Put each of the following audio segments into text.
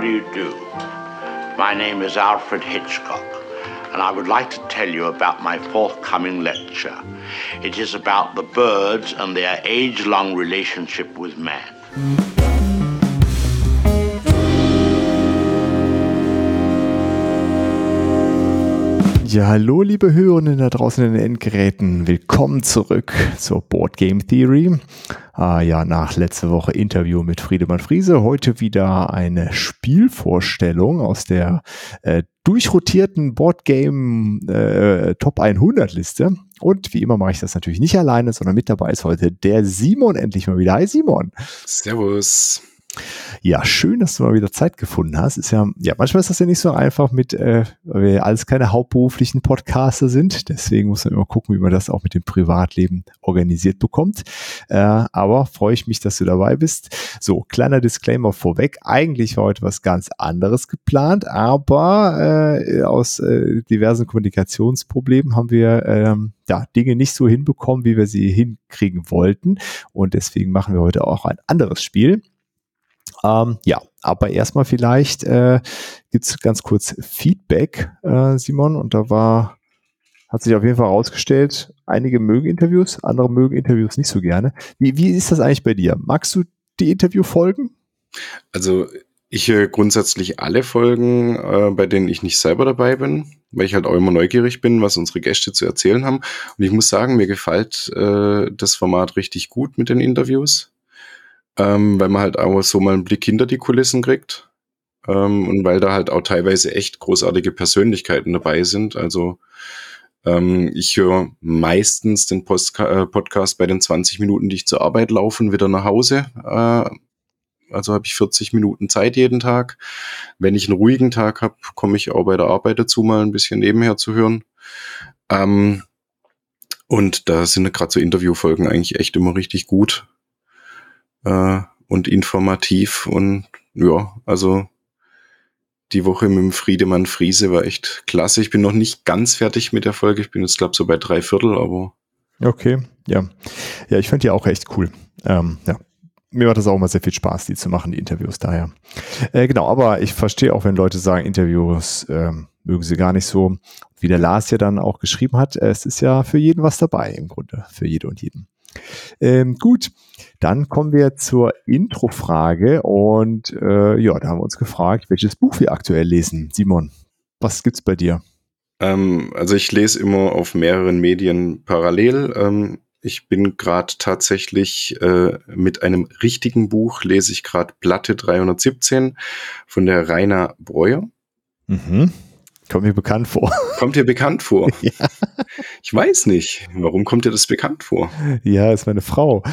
do you do? My name is Alfred Hitchcock, and I would like to tell you about my forthcoming lecture. It is about the birds and their age-long relationship with man. Ja, hallo liebe Hörenden da draußen in den Endgeräten. Willkommen zurück zur Board Game Theory. Nach letzter Woche Interview mit Friedemann Friese. Heute wieder eine Spielvorstellung aus der durchrotierten Board Game Top 100 Liste. Und wie immer mache ich das natürlich nicht alleine, sondern mit dabei ist heute der Simon endlich mal wieder. Hi Simon. Servus. Ja, schön, dass du mal wieder Zeit gefunden hast. Ist ja, manchmal ist das ja nicht so einfach weil wir alles keine hauptberuflichen Podcaster sind. Deswegen muss man immer gucken, wie man das auch mit dem Privatleben organisiert bekommt. Aber freue ich mich, dass du dabei bist. So, kleiner Disclaimer vorweg. Eigentlich war heute was ganz anderes geplant, aber aus diversen Kommunikationsproblemen haben wir Dinge nicht so hinbekommen, wie wir sie hinkriegen wollten. Und deswegen machen wir heute auch ein anderes Spiel. Aber erstmal vielleicht gibt es ganz kurz Feedback, Simon, und hat sich auf jeden Fall herausgestellt, einige mögen Interviews, andere mögen Interviews nicht so gerne. Wie ist das eigentlich bei dir? Magst du die Interviewfolgen? Also ich höre grundsätzlich alle Folgen, bei denen ich nicht selber dabei bin, weil ich halt auch immer neugierig bin, was unsere Gäste zu erzählen haben. Und ich muss sagen, mir gefällt das Format richtig gut mit den Interviews. Weil man halt auch so mal einen Blick hinter die Kulissen kriegt und weil da halt auch teilweise echt großartige Persönlichkeiten dabei sind. Also ich höre meistens den Podcast bei den 20 Minuten, die ich zur Arbeit laufe und wieder nach Hause. Also habe ich 40 Minuten Zeit jeden Tag. Wenn ich einen ruhigen Tag habe, komme ich auch bei der Arbeit dazu, mal ein bisschen nebenher zu hören. Und da sind gerade so Interviewfolgen eigentlich echt immer richtig gut. Und informativ und ja, also die Woche mit dem Friedemann Friese war echt klasse. Ich bin noch nicht ganz fertig mit der Folge. Ich bin jetzt, glaube ich, so bei 3/4, aber... Okay, ja. Ja, ich fand die auch echt cool. Mir macht das auch immer sehr viel Spaß, die zu machen, die Interviews daher. Genau, aber ich verstehe auch, wenn Leute sagen, Interviews mögen sie gar nicht so. Wie der Lars ja dann auch geschrieben hat, es ist ja für jeden was dabei im Grunde, für jede und jeden. Gut, dann kommen wir zur Introfrage und da haben wir uns gefragt, welches Buch wir aktuell lesen. Simon, was gibt's bei dir? Also ich lese immer auf mehreren Medien parallel. Ich bin gerade tatsächlich mit einem richtigen Buch, lese ich gerade Platte 317 von der Raina Breuer. Mhm. Kommt mir bekannt vor. Kommt dir bekannt vor? Ja. Ich weiß nicht. Warum kommt dir das bekannt vor? Ja, ist meine Frau.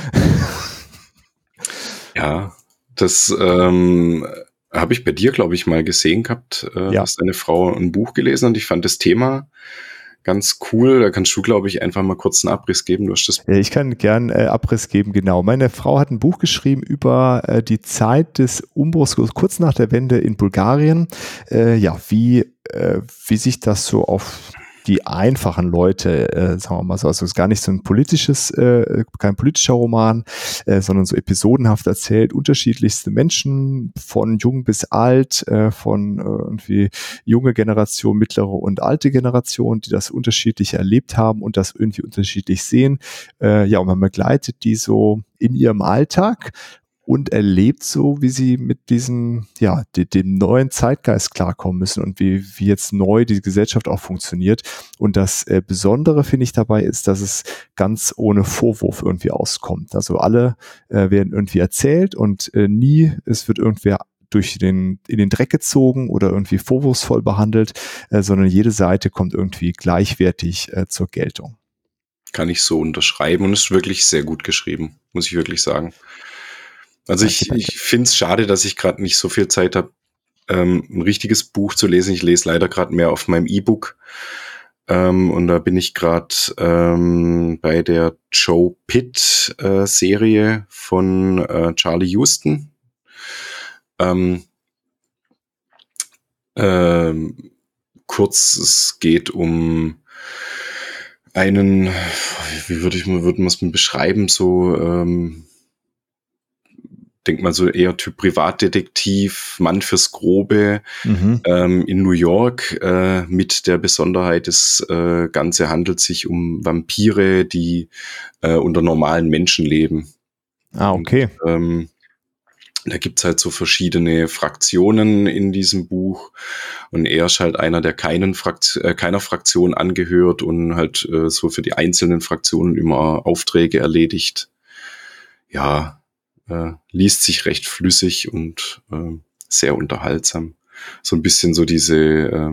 Ja, das habe ich bei dir, glaube ich, mal gesehen gehabt, dass deine Frau ein Buch gelesen hat. Ich fand das Thema ganz cool. Da kannst du, glaube ich, einfach mal kurz einen Abriss geben. Du hast das. Ich kann gern Abriss geben, genau. Meine Frau hat ein Buch geschrieben über die Zeit des Umbruchs kurz nach der Wende in Bulgarien. Wie sich das so auf die einfachen Leute, sagen wir mal so, also es ist gar nicht so ein kein politischer Roman, sondern so episodenhaft erzählt, unterschiedlichste Menschen, von jung bis alt, von irgendwie junge Generation, mittlere und alte Generation, die das unterschiedlich erlebt haben und das irgendwie unterschiedlich sehen. Und man begleitet die so in ihrem Alltag und erlebt so, wie sie mit diesem, dem neuen Zeitgeist klarkommen müssen und wie jetzt neu die Gesellschaft auch funktioniert. Und das Besondere, finde ich, dabei ist, dass es ganz ohne Vorwurf irgendwie auskommt. Also alle werden irgendwie erzählt und es wird irgendwer in den Dreck gezogen oder irgendwie vorwurfsvoll behandelt, sondern jede Seite kommt irgendwie gleichwertig zur Geltung. Kann ich so unterschreiben und ist wirklich sehr gut geschrieben, muss ich wirklich sagen. Also ich finde es schade, dass ich gerade nicht so viel Zeit habe, ein richtiges Buch zu lesen. Ich lese leider gerade mehr auf meinem E-Book. Und da bin ich gerade bei der Joe Pitt Serie von Charlie Houston. Kurz, es geht um einen, wie würde man es beschreiben, so denk mal so eher Typ Privatdetektiv, Mann fürs Grobe, Mhm. in New York, mit der Besonderheit, das Ganze handelt sich um Vampire, die unter normalen Menschen leben. Ah, okay. Und, da gibt's halt so verschiedene Fraktionen in diesem Buch und er ist halt einer, der keiner Fraktion angehört und halt so für die einzelnen Fraktionen immer Aufträge erledigt. Ja, liest sich recht flüssig und sehr unterhaltsam. So ein bisschen so diese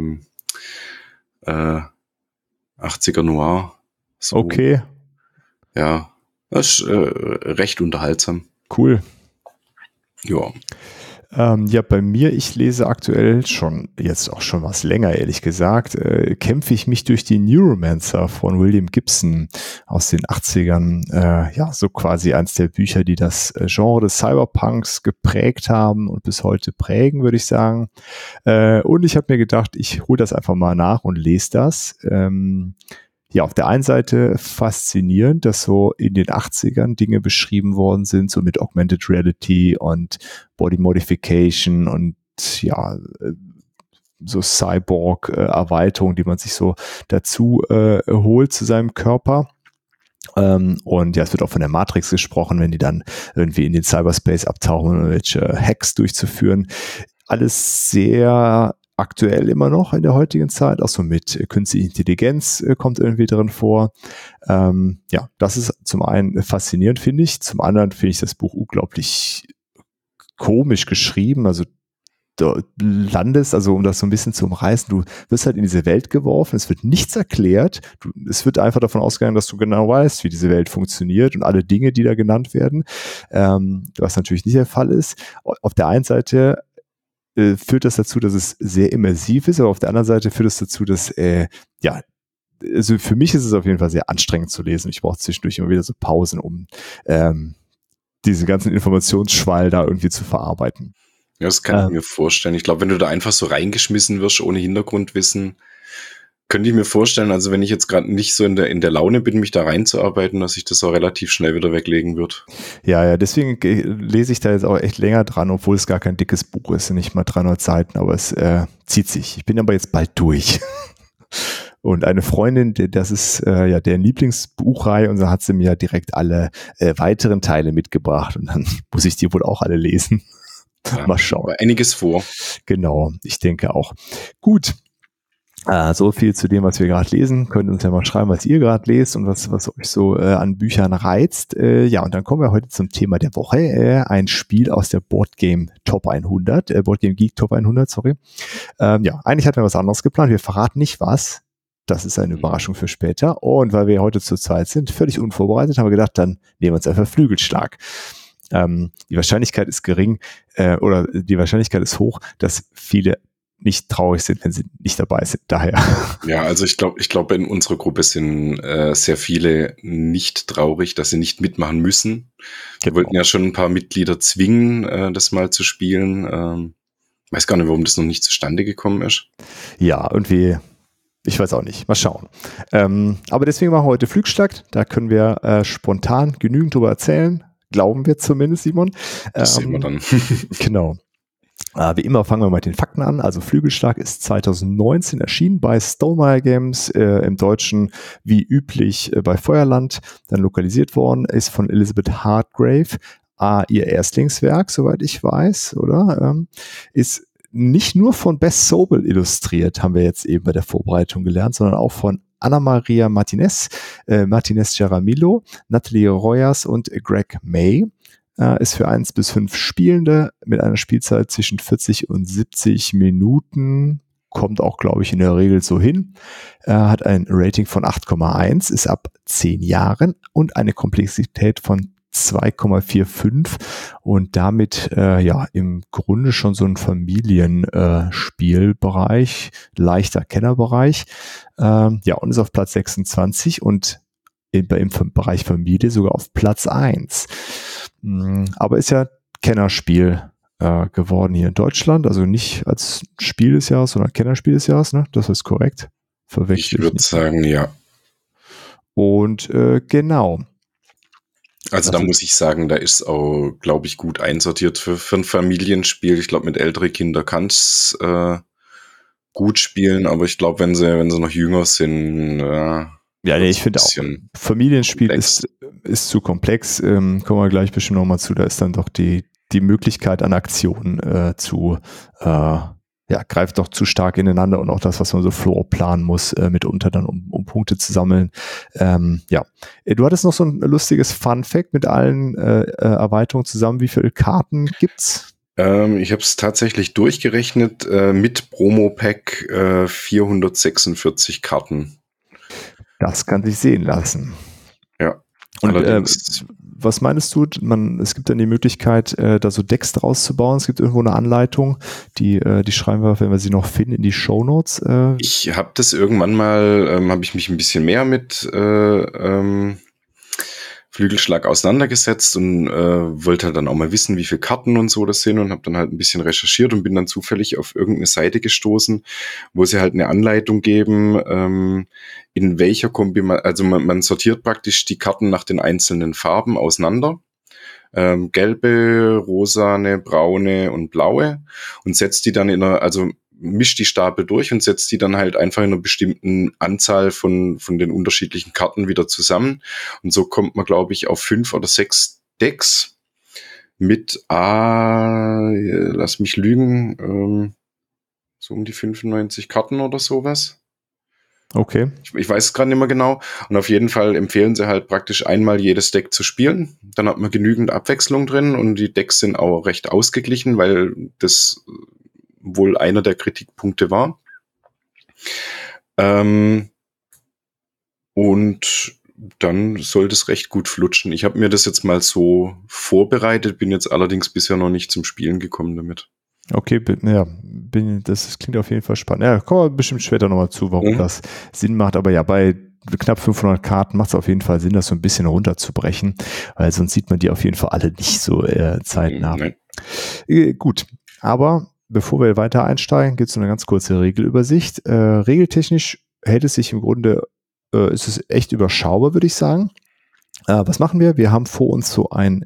80er Noir. So, Okay, ja, das ist recht unterhaltsam. cool. Ja. Ja, bei mir, ich lese aktuell schon, jetzt auch schon was länger, ehrlich gesagt, kämpfe ich mich durch die Neuromancer von William Gibson aus den 80ern. Ja, so quasi eins der Bücher, die das Genre des Cyberpunks geprägt haben und bis heute prägen, würde ich sagen. Und ich habe mir gedacht, ich hole das einfach mal nach und lese das. Ja, auf der einen Seite faszinierend, dass so in den 80ern Dinge beschrieben worden sind, so mit Augmented Reality und Body Modification und ja, so Cyborg-Erweiterung, die man sich so dazu holt zu seinem Körper. Und ja, es wird auch von der Matrix gesprochen, wenn die dann irgendwie in den Cyberspace abtauchen, um irgendwelche Hacks durchzuführen. Alles sehr aktuell immer noch in der heutigen Zeit, auch so mit künstlicher Intelligenz kommt irgendwie drin vor. Ja, das ist zum einen faszinierend, finde ich. Zum anderen finde ich das Buch unglaublich komisch geschrieben. Also du landest, also um das so ein bisschen zu umreißen, du wirst halt in diese Welt geworfen, es wird nichts erklärt, es wird einfach davon ausgegangen, dass du genau weißt, wie diese Welt funktioniert und alle Dinge, die da genannt werden, was natürlich nicht der Fall ist. Auf der einen Seite führt das dazu, dass es sehr immersiv ist, aber auf der anderen Seite führt es dazu, dass, ja, also für mich ist es auf jeden Fall sehr anstrengend zu lesen. Ich brauche zwischendurch immer wieder so Pausen, um diese ganzen Informationsschwall da irgendwie zu verarbeiten. Ja, das kann ich mir vorstellen. Ich glaube, wenn du da einfach so reingeschmissen wirst, ohne Hintergrundwissen, könnte ich mir vorstellen, also wenn ich jetzt gerade nicht so in der Laune bin, mich da reinzuarbeiten, dass ich das auch relativ schnell wieder weglegen wird. Ja, deswegen lese ich da jetzt auch echt länger dran, obwohl es gar kein dickes Buch ist, nicht mal 300 Seiten, aber es zieht sich. Ich bin aber jetzt bald durch. Und eine Freundin, das ist ja deren Lieblingsbuchreihe, und so hat sie mir direkt alle weiteren Teile mitgebracht und dann muss ich die wohl auch alle lesen. Ja, mal schauen. aber einiges vor. Genau, ich denke auch. Gut. So viel zu dem, was wir gerade lesen. Könnt uns ja mal schreiben, was ihr gerade lest und was euch so an Büchern reizt. Ja, und dann kommen wir heute zum Thema der Woche. Ein Spiel aus der Boardgame Top 100, Boardgame Geek Top 100, sorry. Ja, eigentlich hatten wir was anderes geplant. Wir verraten nicht was. Das ist eine Überraschung für später. Und weil wir heute zu zweit sind, völlig unvorbereitet, haben wir gedacht, dann nehmen wir uns einfach Flügelschlag. Die Wahrscheinlichkeit ist gering oder die Wahrscheinlichkeit ist hoch, dass viele nicht traurig sind, wenn sie nicht dabei sind. Daher. Ja, also ich glaube, in unserer Gruppe sind sehr viele nicht traurig, dass sie nicht mitmachen müssen. Wir wollten ja schon ein paar Mitglieder zwingen, das mal zu spielen. Weiß gar nicht, warum das noch nicht zustande gekommen ist. Ja, irgendwie, ich weiß auch nicht. Mal schauen. Aber deswegen machen wir heute Flügelschlag. Da können wir spontan genügend drüber erzählen. Glauben wir zumindest, Simon. Das sehen wir dann. Genau. Wie immer fangen wir mit den Fakten an. Also Flügelschlag ist 2019 erschienen bei Stonemaier Games, im Deutschen wie üblich bei Feuerland, dann lokalisiert worden, ist von Elizabeth Hargrave, ihr Erstlingswerk, soweit ich weiß, oder? Ist nicht nur von Bess Sobel illustriert, haben wir jetzt eben bei der Vorbereitung gelernt, sondern auch von Anna Maria Martinez, Martinez Jaramillo, Natalie Royas und Greg May. Ist für 1 bis 5 Spielende mit einer Spielzeit zwischen 40 und 70 Minuten. Kommt auch, glaube ich, in der Regel so hin. Hat ein Rating von 8,1, ist ab 10 Jahren und eine Komplexität von 2,45 und damit ja im Grunde schon so ein Familienspielbereich, leichter Kennerbereich. Ja, und ist auf Platz 26 und im Bereich Familie sogar auf Platz 1. Aber ist ja Kennerspiel geworden hier in Deutschland, also nicht als Spiel des Jahres, sondern Kennerspiel des Jahres, ne? Das ist korrekt. Ich würde sagen, ja. Und genau. Also da muss ich sagen, da ist auch, glaube ich, gut einsortiert für ein Familienspiel. Ich glaube, mit älteren Kindern kann es gut spielen, aber ich glaube, wenn sie noch jünger sind, ja, nee, ich finde auch, Familienspiel ist zu komplex. Kommen wir gleich bestimmt nochmal zu. Da ist dann doch die Möglichkeit an Aktionen greift doch zu stark ineinander und auch das, was man so floorplanen muss, mitunter dann, um Punkte zu sammeln. Du hattest noch so ein lustiges Fun-Fact mit allen Erweiterungen zusammen. Wie viele Karten gibt's? Ich habe es tatsächlich durchgerechnet, mit Promo-Pack 446 Karten. Das kann sich sehen lassen. Ja. Und was meinst du? Es gibt dann die Möglichkeit, da so Decks draus zu bauen. Es gibt irgendwo eine Anleitung, die schreiben wir, wenn wir sie noch finden, in die Shownotes. Ich habe das irgendwann mal, habe ich mich ein bisschen mehr mit Flügelschlag auseinandergesetzt und wollte halt dann auch mal wissen, wie viele Karten und so das sind, und habe dann halt ein bisschen recherchiert und bin dann zufällig auf irgendeine Seite gestoßen, wo sie halt eine Anleitung geben, in welcher Kombination, also man sortiert praktisch die Karten nach den einzelnen Farben auseinander. Gelbe, rosane, braune und blaue, und setzt die dann mischt die Stapel durch und setzt die dann halt einfach in einer bestimmten Anzahl von den unterschiedlichen Karten wieder zusammen. Und so kommt man, glaube ich, auf 5 oder 6 Decks mit, lass mich lügen, so um die 95 Karten oder sowas. Okay. Ich weiß es gerade nicht mehr genau. Und auf jeden Fall empfehlen sie halt praktisch einmal jedes Deck zu spielen. Dann hat man genügend Abwechslung drin und die Decks sind auch recht ausgeglichen, weil das wohl einer der Kritikpunkte war. Und dann sollte es recht gut flutschen. Ich habe mir das jetzt mal so vorbereitet, bin jetzt allerdings bisher noch nicht zum Spielen gekommen damit. Okay, das klingt auf jeden Fall spannend. Ja, kommen wir bestimmt später nochmal zu, warum das Sinn macht. Aber ja, bei knapp 500 Karten macht es auf jeden Fall Sinn, das so ein bisschen runterzubrechen, weil sonst sieht man die auf jeden Fall alle nicht so zeitnah. Gut, aber bevor wir weiter einsteigen, gibt es eine ganz kurze Regelübersicht. Regeltechnisch hält es sich im Grunde, ist es echt überschaubar, würde ich sagen. Was machen wir? Wir haben vor uns so ein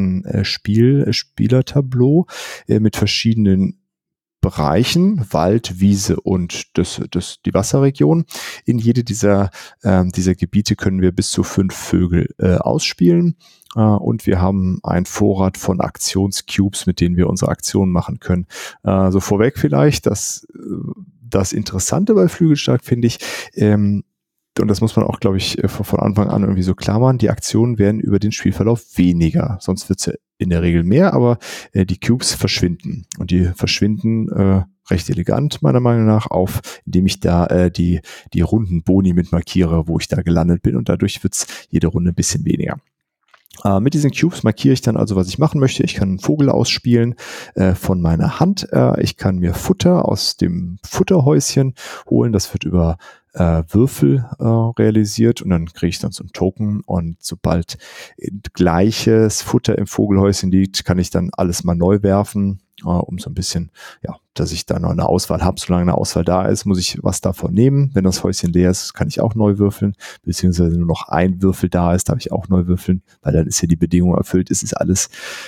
Spielertableau mit verschiedenen Bereichen, Wald, Wiese und die Wasserregion. In jede dieser Gebiete können wir bis zu 5 Vögel ausspielen. Und wir haben einen Vorrat von Aktionscubes, mit denen wir unsere Aktionen machen können. So vorweg vielleicht, das Interessante bei Flügelstark finde ich, und das muss man auch, glaube ich, von Anfang an irgendwie so klar machen, die Aktionen werden über den Spielverlauf weniger. Sonst wird es ja in der Regel mehr, aber die Cubes verschwinden. Und die verschwinden recht elegant, meiner Meinung nach, indem ich da die runden Boni mit markiere, wo ich da gelandet bin. Und dadurch wird es jede Runde ein bisschen weniger. Mit diesen Cubes markiere ich dann also, was ich machen möchte. Ich kann einen Vogel ausspielen von meiner Hand. Ich kann mir Futter aus dem Futterhäuschen holen. Das wird über Würfel realisiert, und dann kriege ich dann so einen Token, und sobald gleiches Futter im Vogelhäuschen liegt, kann ich dann alles mal neu werfen, um so ein bisschen, dass ich da noch eine Auswahl habe. Solange eine Auswahl da ist, muss ich was davon nehmen. Wenn das Häuschen leer ist, kann ich auch neu würfeln, beziehungsweise nur noch ein Würfel da ist, darf ich auch neu würfeln, weil dann ist ja die Bedingung erfüllt, es ist alles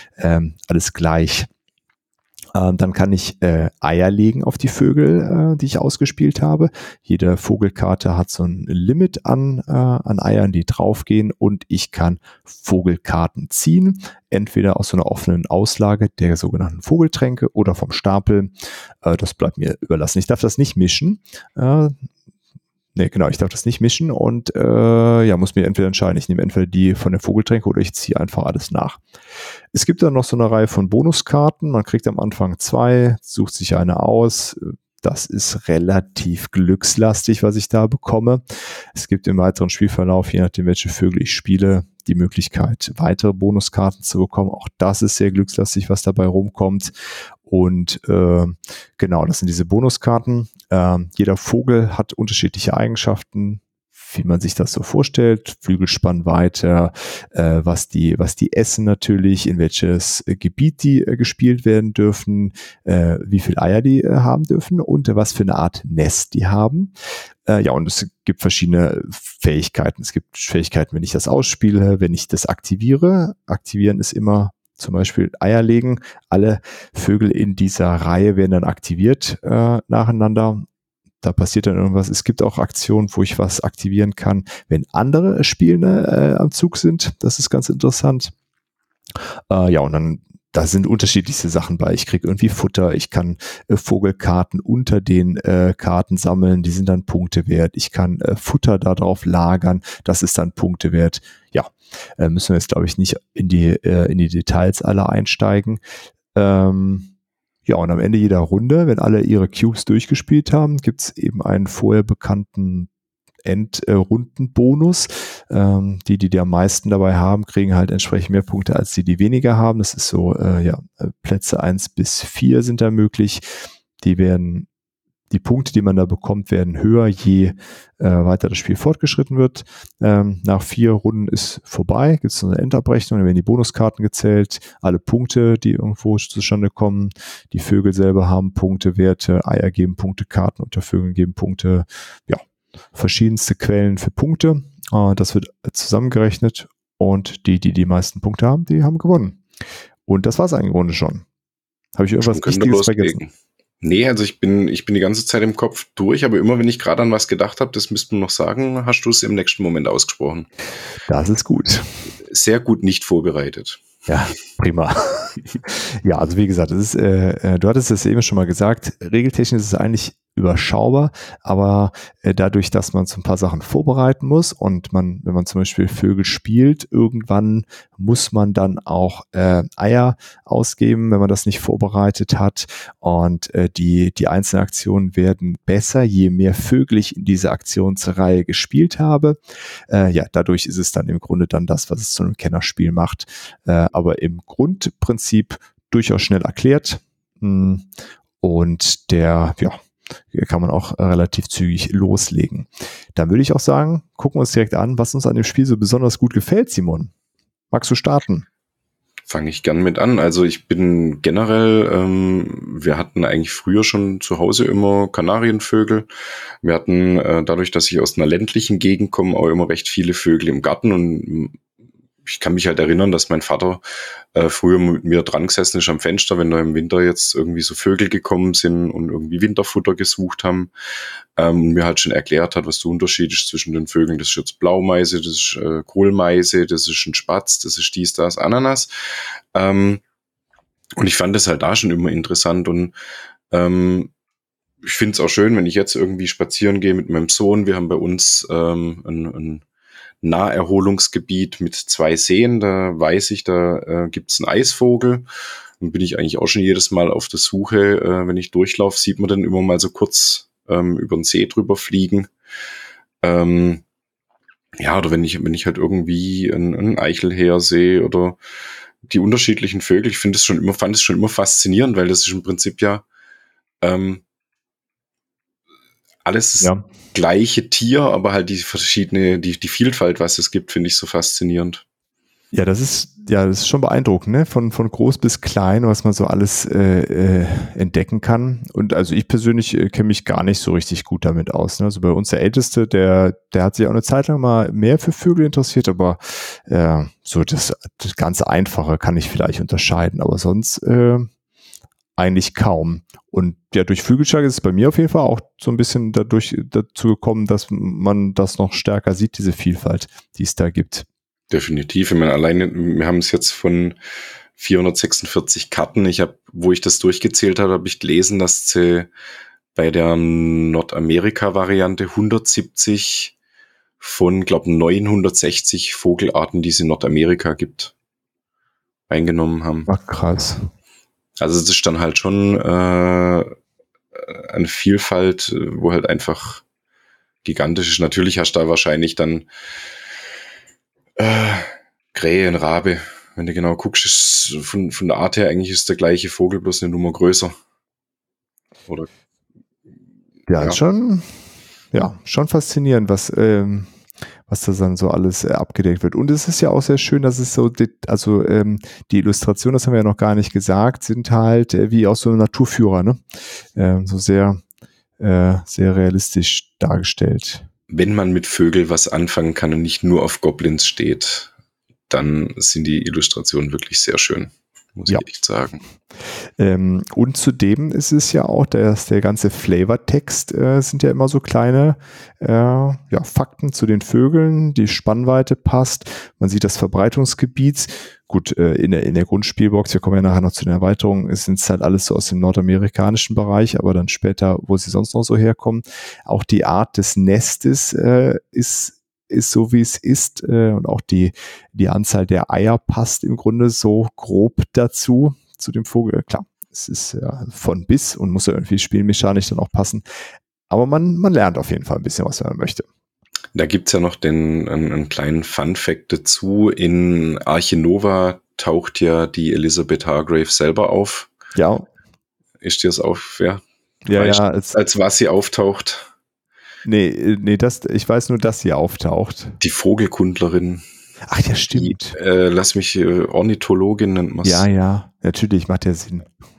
gleich. Dann kann ich Eier legen auf die Vögel, die ich ausgespielt habe. Jede Vogelkarte hat so ein Limit an Eiern, die draufgehen, und ich kann Vogelkarten ziehen, entweder aus so einer offenen Auslage der sogenannten Vogeltränke oder vom Stapel. Das bleibt mir überlassen. Ich darf das nicht mischen. Ich darf das nicht mischen und muss mir entweder entscheiden, ich nehme entweder die von der Vogeltränke oder ich ziehe einfach alles nach. Es gibt dann noch so eine Reihe von Bonuskarten. Man kriegt am Anfang 2, sucht sich eine aus. Das ist relativ glückslastig, was ich da bekomme. Es gibt im weiteren Spielverlauf, je nachdem, welche Vögel ich spiele, die Möglichkeit, weitere Bonuskarten zu bekommen. Auch das ist sehr glückslastig, was dabei rumkommt. Und das sind diese Bonuskarten. Jeder Vogel hat unterschiedliche Eigenschaften. wie man sich das so vorstellt, Flügelspannweite, was die essen natürlich, in welches Gebiet die gespielt werden dürfen, wie viel Eier die haben dürfen und was für eine Art Nest die haben. Ja, und es gibt verschiedene Fähigkeiten. Es gibt Fähigkeiten, wenn ich das ausspiele, wenn ich das aktiviere. Aktivieren ist immer zum Beispiel Eier legen. Alle Vögel in dieser Reihe werden dann aktiviert nacheinander. Da passiert dann irgendwas. Es gibt auch Aktionen, wo ich was aktivieren kann, wenn andere Spielende am Zug sind. Das ist ganz interessant. Ja, und dann da sind unterschiedlichste Sachen bei. Ich kriege irgendwie Futter, ich kann Vogelkarten unter den Karten sammeln, die sind dann Punkte wert. Ich kann Futter da drauf lagern, das ist dann Punkte wert. Ja, müssen wir jetzt, glaube ich, nicht in die Details alle einsteigen. Ja, und am Ende jeder Runde, wenn alle ihre Cubes durchgespielt haben, gibt's eben einen vorher bekannten Endrundenbonus. Die am meisten dabei haben, kriegen halt entsprechend mehr Punkte als die weniger haben. Das ist so, Plätze 1 bis 4 sind da möglich. Die Punkte, die man da bekommt, werden höher, je weiter das Spiel fortgeschritten wird. Nach 4 Runden ist vorbei, gibt es eine Endabrechnung, dann werden die Bonuskarten gezählt, alle Punkte, die irgendwo zustande kommen. Die Vögel selber haben Punkte, Werte, Eier geben Punkte, Karten unter Vögeln geben Punkte, ja, verschiedenste Quellen für Punkte. Das wird zusammengerechnet und die meisten Punkte haben, die haben gewonnen. Und das war es eigentlich im Grunde schon. Habe ich irgendwas Wichtiges vergessen? Nee, also ich bin die ganze Zeit im Kopf durch, aber immer wenn ich gerade an was gedacht habe, das müsste man noch sagen, hast du es im nächsten Moment ausgesprochen. Das ist gut. Sehr gut nicht vorbereitet. Ja, prima. Ja, also wie gesagt, das ist, du hattest es eben schon mal gesagt, regeltechnisch ist es eigentlich überschaubar, aber dadurch, dass man so ein paar Sachen vorbereiten muss und wenn man zum Beispiel Vögel spielt, irgendwann muss man dann auch Eier ausgeben, wenn man das nicht vorbereitet hat, und die einzelnen Aktionen werden besser, je mehr Vögel ich in dieser Aktionsreihe gespielt habe. Ja, dadurch ist es dann im Grunde dann das, was es zu einem Kennerspiel macht, aber im Grundprinzip durchaus schnell erklärt, und kann man auch relativ zügig loslegen. Dann würde ich auch sagen, gucken wir uns direkt an, was uns an dem Spiel so besonders gut gefällt, Simon. Magst du starten? Fange ich gern mit an. Also ich bin generell, wir hatten eigentlich früher schon zu Hause immer Kanarienvögel. Wir hatten dadurch, dass ich aus einer ländlichen Gegend komme, auch immer recht viele Vögel im Garten, und ich kann mich halt erinnern, dass mein Vater früher mit mir dran gesessen ist am Fenster, wenn da im Winter jetzt irgendwie so Vögel gekommen sind und irgendwie Winterfutter gesucht haben, und mir halt schon erklärt hat, was der Unterschied ist zwischen den Vögeln. Das ist jetzt Blaumeise, das ist Kohlmeise, das ist ein Spatz, das ist dies, das, Ananas. Und ich fand das halt da schon immer interessant, und ich finde es auch schön, wenn ich jetzt irgendwie spazieren gehe mit meinem Sohn. Wir haben bei uns ein Naherholungsgebiet mit 2 Seen, da weiß ich, da gibt's einen Eisvogel. Dann bin ich eigentlich auch schon jedes Mal auf der Suche. Wenn ich durchlaufe, sieht man dann immer mal so kurz über den See drüber fliegen. Ja, oder wenn ich halt irgendwie einen Eichelhäher sehe oder die unterschiedlichen Vögel, fand es schon immer faszinierend, weil das ist im Prinzip ja alles das gleiche Tier, aber halt die Vielfalt, was es gibt, finde ich so faszinierend. Ja, das ist schon beeindruckend, ne? Von groß bis klein, was man so alles entdecken kann. Und also ich persönlich kenne mich gar nicht so richtig gut damit aus. Ne? Also bei uns der Älteste, der hat sich auch eine Zeit lang mal mehr für Vögel interessiert, aber so das ganz Einfache kann ich vielleicht unterscheiden, aber sonst eigentlich kaum. Und ja, durch Flügelschlag ist es bei mir auf jeden Fall auch so ein bisschen dazu gekommen, dass man das noch stärker sieht, diese Vielfalt, die es da gibt. Definitiv. Ich meine, alleine, wir haben es jetzt von 446 Karten. Wo ich das durchgezählt habe, habe ich gelesen, dass sie bei der Nordamerika-Variante 170 von, glaube ich, 960 Vogelarten, die es in Nordamerika gibt, eingenommen haben. Ach, krass. Also es ist dann halt schon eine Vielfalt, wo halt einfach gigantisch ist. Natürlich hast du da wahrscheinlich dann Krähe, ein Rabe. Wenn du genau guckst, ist von der Art her eigentlich ist der gleiche Vogel, bloß eine Nummer größer. Oder ja. Ist schon faszinierend, was was da dann so alles abgedeckt wird. Und es ist ja auch sehr schön, dass es so, die Illustrationen, das haben wir ja noch gar nicht gesagt, sind halt wie aus so einem Naturführer, ne? So sehr realistisch dargestellt. Wenn man mit Vögel was anfangen kann und nicht nur auf Goblins steht, dann sind die Illustrationen wirklich sehr schön, muss ich echt sagen. Und zudem ist es ja auch, dass der ganze Flavortext sind ja immer so kleine Fakten zu den Vögeln, die Spannweite passt, man sieht das Verbreitungsgebiet. Gut, in der Grundspielbox, wir kommen ja nachher noch zu den Erweiterungen, sind es halt alles so aus dem nordamerikanischen Bereich, aber dann später, wo sie sonst noch so herkommen. Auch die Art des Nestes ist so, wie es ist, und auch die Anzahl der Eier passt im Grunde so grob dazu, zu dem Vogel. Klar, es ist ja von bis und muss ja irgendwie spielmechanisch dann auch passen. Aber man lernt auf jeden Fall ein bisschen, was man möchte. Da gibt's ja noch einen kleinen Fun-Fact dazu. In Arche Nova taucht ja die Elizabeth Hargrave selber auf. Ja. Ist dir das auf, ja? Ja, als was sie auftaucht? Nee, ich weiß nur, dass sie auftaucht. Die Vogelkundlerin. Ach ja, stimmt. Ornithologin nennt man es. Ja, natürlich, macht ja Sinn.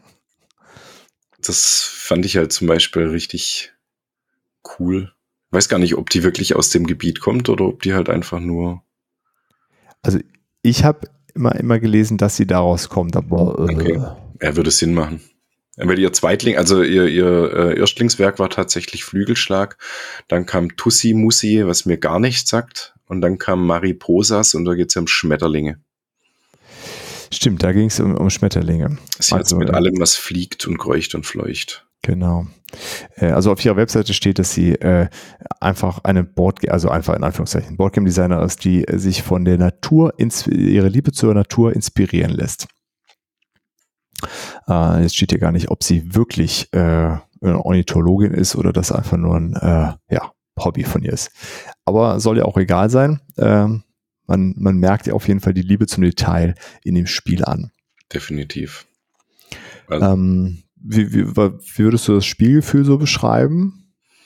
Das fand ich halt zum Beispiel richtig cool. Ich weiß gar nicht, ob die wirklich aus dem Gebiet kommt oder ob die halt einfach nur... Also ich habe immer gelesen, dass sie daraus kommt, aber... Okay, würde Sinn machen. Weil ihr Zweitling, also ihr Erstlingswerk war tatsächlich Flügelschlag. Dann kam Tussi Mussi, was mir gar nichts sagt. Und dann kam Mariposas und da geht es ja um Schmetterlinge. Stimmt, da ging es um Schmetterlinge. Sie hat mit allem, was fliegt und kreucht und fleucht. Genau. Also auf ihrer Webseite steht, dass sie einfach einfach in Anführungszeichen Boardgame-Designer ist, die sich von der Natur, ihre Liebe zur Natur inspirieren lässt. Jetzt steht hier gar nicht, ob sie wirklich eine Ornithologin ist oder das einfach nur ein Hobby von ihr ist. Aber soll ja auch egal sein. Man merkt ja auf jeden Fall die Liebe zum Detail in dem Spiel an. Definitiv. Also, wie würdest du das Spielgefühl so beschreiben?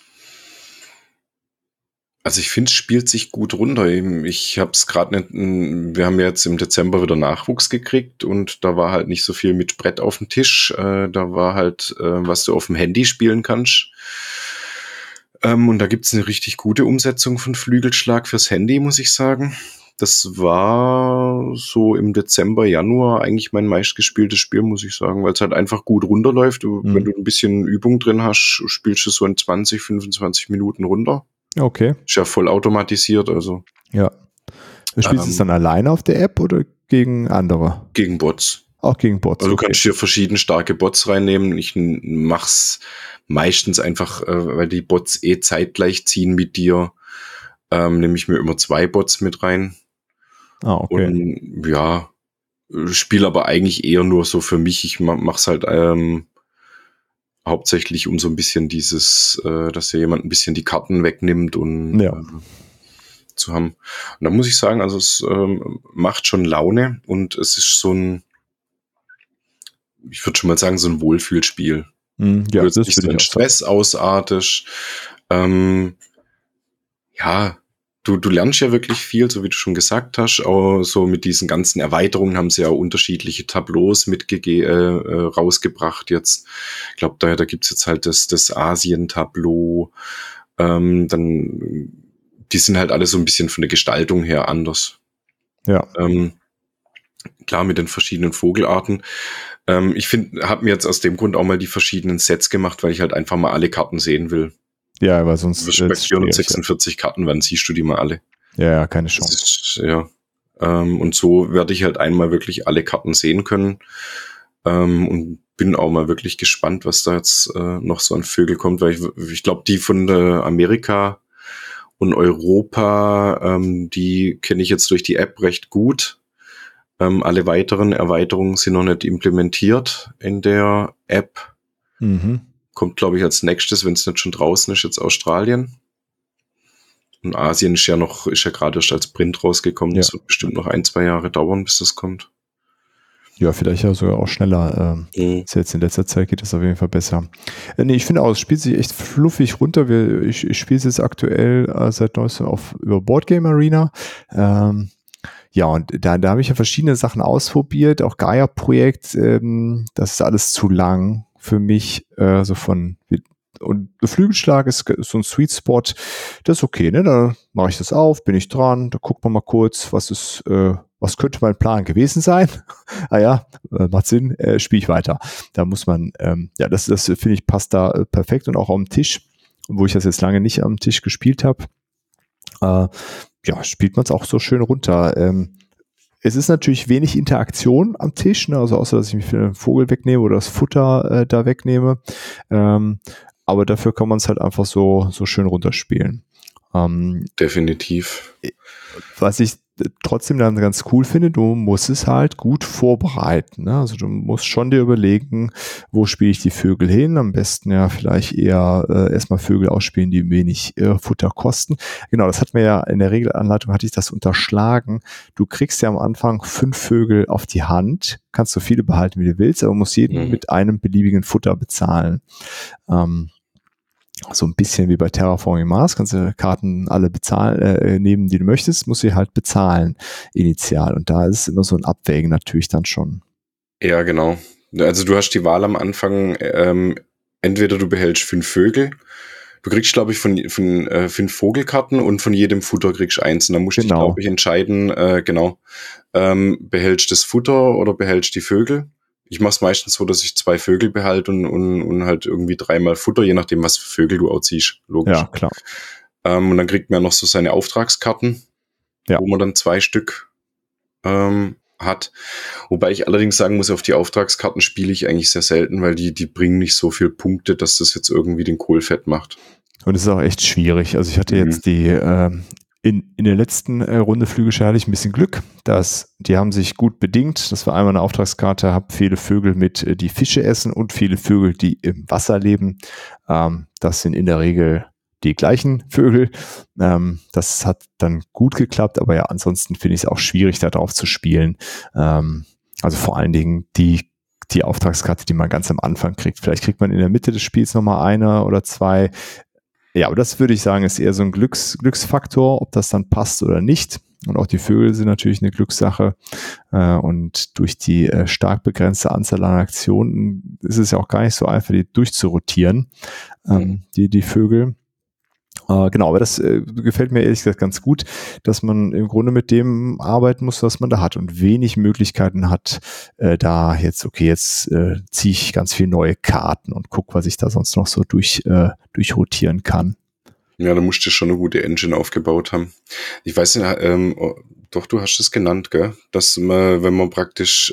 Also ich finde, es spielt sich gut runter. Ich habe es gerade nicht, wir haben jetzt im Dezember wieder Nachwuchs gekriegt und da war halt nicht so viel mit Brett auf dem Tisch. Da war halt, was du auf dem Handy spielen kannst. Und da gibt's eine richtig gute Umsetzung von Flügelschlag fürs Handy, muss ich sagen. Das war so im Dezember, Januar eigentlich mein meistgespieltes Spiel, muss ich sagen, weil es halt einfach gut runterläuft. Wenn du ein bisschen Übung drin hast, spielst du so in 20, 25 Minuten runter. Okay. Ist ja voll automatisiert, also. Ja. Du spielst es dann alleine auf der App oder gegen andere? Gegen Bots. Auch gegen Bots. Also du kannst hier verschieden starke Bots reinnehmen. Ich mach's meistens einfach, weil die Bots zeitgleich ziehen mit dir, nehme ich mir immer 2 Bots mit rein. Ah, okay. Und ja, spiele aber eigentlich eher nur so für mich. Ich mach's halt hauptsächlich um so ein bisschen dieses, dass ja jemand ein bisschen die Karten wegnimmt und zu haben. Und da muss ich sagen, also es macht schon Laune und es ist so ein, ich würde schon mal sagen, so ein Wohlfühlspiel. Ja, das nicht so in Stress ausartest. Du lernst ja wirklich viel, so wie du schon gesagt hast. Auch so mit diesen ganzen Erweiterungen haben sie ja unterschiedliche Tableaus rausgebracht jetzt. Ich glaube, da gibt's jetzt halt das Asien-Tableau. Dann, die sind halt alle so ein bisschen von der Gestaltung her anders. Ja. Klar, mit den verschiedenen Vogelarten. Ich habe mir jetzt aus dem Grund auch mal die verschiedenen Sets gemacht, weil ich halt einfach mal alle Karten sehen will. Ja, weil sonst bei 446 Karten, wann siehst du die mal alle? Ja, keine Chance. Und so werde ich halt einmal wirklich alle Karten sehen können. Und bin auch mal wirklich gespannt, was da jetzt noch so an Vögel kommt, weil ich glaube, die von Amerika und Europa, die kenne ich jetzt durch die App recht gut. Alle weiteren Erweiterungen sind noch nicht implementiert in der App. Kommt, glaube ich, als nächstes, wenn es nicht schon draußen ist, jetzt Australien. Und Asien ist ja gerade erst als Print rausgekommen. Das wird bestimmt noch 1-2 Jahre dauern, bis das kommt. Ja, vielleicht ja sogar auch schneller. Ist jetzt in letzter Zeit geht es auf jeden Fall besser. Nee, ich finde auch, es spielt sich echt fluffig runter. Ich spiele es jetzt aktuell seit neuestem über Boardgame Arena. Ja, und da habe ich ja verschiedene Sachen ausprobiert, auch Gaia-Projekt, das ist alles zu lang für mich, und Flügelschlag ist so ein Sweet Spot, das ist okay, ne? Da mache ich das auf, bin ich dran, da guckt man mal kurz, was könnte mein Plan gewesen sein? Macht Sinn, spiele ich weiter. Da muss man, das finde ich passt da perfekt und auch am Tisch, wo ich das jetzt lange nicht am Tisch gespielt habe. Spielt man es auch so schön runter. Es ist natürlich wenig Interaktion am Tisch, ne? Also außer, dass ich mich für einen Vogel wegnehme oder das Futter da wegnehme. Aber dafür kann man es halt einfach so schön runterspielen. Definitiv. Was ich trotzdem dann ganz cool finde, du musst es halt gut vorbereiten. Ne? Also du musst schon dir überlegen, wo spiele ich die Vögel hin? Am besten ja vielleicht eher erstmal Vögel ausspielen, die wenig Futter kosten. Genau, das hat mir ja in der Regelanleitung, hatte ich das unterschlagen. Du kriegst ja am Anfang 5 Vögel auf die Hand, kannst so viele behalten, wie du willst, aber musst jeden mit einem beliebigen Futter bezahlen. So ein bisschen wie bei Terraforming Mars, kannst du Karten alle bezahlen, nehmen, die du möchtest, musst du sie halt bezahlen initial. Und da ist immer so ein Abwägen natürlich dann schon. Ja, genau. Also du hast die Wahl am Anfang, entweder du behältst 5 Vögel, du kriegst, glaube ich, von 5 Vogelkarten und von jedem Futter kriegst du 1. Und dann musst du dich, glaube ich, entscheiden, behältst das Futter oder behältst die Vögel. Ich mache es meistens so, dass ich 2 Vögel behalte und halt irgendwie 3-mal Futter, je nachdem, was für Vögel du auch ziehst. Logisch. Ja, klar. Und dann kriegt man noch so seine Auftragskarten, wo man dann 2 Stück hat. Wobei ich allerdings sagen muss, auf die Auftragskarten spiele ich eigentlich sehr selten, weil die bringen nicht so viel Punkte, dass das jetzt irgendwie den Kohl fett macht. Und es ist auch echt schwierig. Also ich hatte jetzt in der letzten Runde Flügelschlag hatte ich ein bisschen Glück, die haben sich gut bedingt. Das war einmal eine Auftragskarte, habe viele Vögel mit, die Fische essen und viele Vögel, die im Wasser leben. Das sind in der Regel die gleichen Vögel. Das hat dann gut geklappt, aber ja, ansonsten finde ich es auch schwierig, da drauf zu spielen. Also vor allen Dingen die Auftragskarte, die man ganz am Anfang kriegt. Vielleicht kriegt man in der Mitte des Spiels nochmal 1 oder 2. Ja, aber das würde ich sagen, ist eher so ein Glücksfaktor, ob das dann passt oder nicht. Und auch die Vögel sind natürlich eine Glückssache. Und durch die stark begrenzte Anzahl an Aktionen ist es ja auch gar nicht so einfach, die durchzurotieren, die Vögel. Genau, aber das gefällt mir ehrlich gesagt ganz gut, dass man im Grunde mit dem arbeiten muss, was man da hat und wenig Möglichkeiten hat, jetzt ziehe ich ganz viele neue Karten und guck, was ich da sonst noch so durchrotieren kann. Ja, da musst du schon eine gute Engine aufgebaut haben. Ich weiß nicht, doch, du hast es genannt, gell? Dass man, wenn man praktisch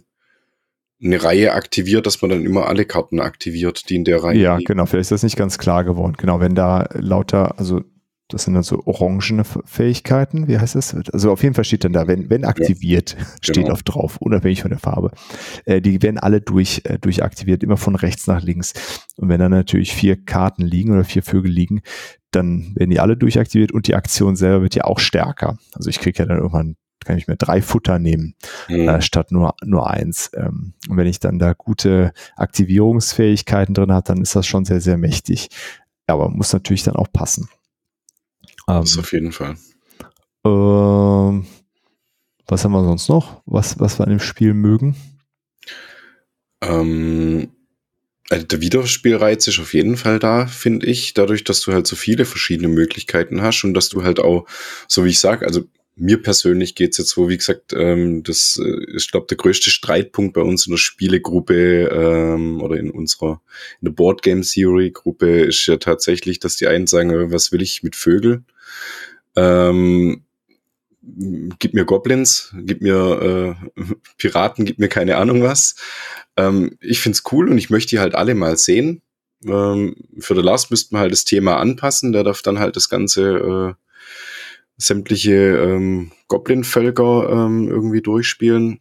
eine Reihe aktiviert, dass man dann immer alle Karten aktiviert, die in der Reihe Ja, liegen. genau, vielleicht ist das nicht ganz klar geworden. Genau, wenn da das sind dann so orangene Fähigkeiten, wie heißt das? Also auf jeden Fall steht dann da, wenn aktiviert, steht auf drauf, unabhängig von der Farbe. Die werden alle durchaktiviert, immer von rechts nach links. Und wenn dann natürlich 4 Karten liegen oder 4 Vögel liegen, dann werden die alle durchaktiviert und die Aktion selber wird ja auch stärker. Also ich kriege ja dann irgendwann, kann ich mir 3 Futter nehmen, statt nur 1. Und wenn ich dann da gute Aktivierungsfähigkeiten drin habe, dann ist das schon sehr, sehr mächtig. Aber muss natürlich dann auch passen. Das auf jeden Fall. Was haben wir sonst noch? Was wir an dem Spiel mögen? Also der Wiederspielreiz ist auf jeden Fall da, finde ich. Dadurch, dass du halt so viele verschiedene Möglichkeiten hast und dass du halt auch, so wie ich sage, also mir persönlich geht's jetzt so, wie gesagt, das ist, ich glaube, der größte Streitpunkt bei uns in der Spielegruppe oder in der Boardgame Theory Gruppe ist ja tatsächlich, dass die einen sagen, was will ich mit Vögeln? Gib mir Goblins, gib mir Piraten, gib mir keine Ahnung was. Ich find's cool und ich möchte die halt alle mal sehen. Für The Last müssten wir halt das Thema anpassen. Der darf dann halt das ganze sämtliche Goblin-Völker irgendwie durchspielen.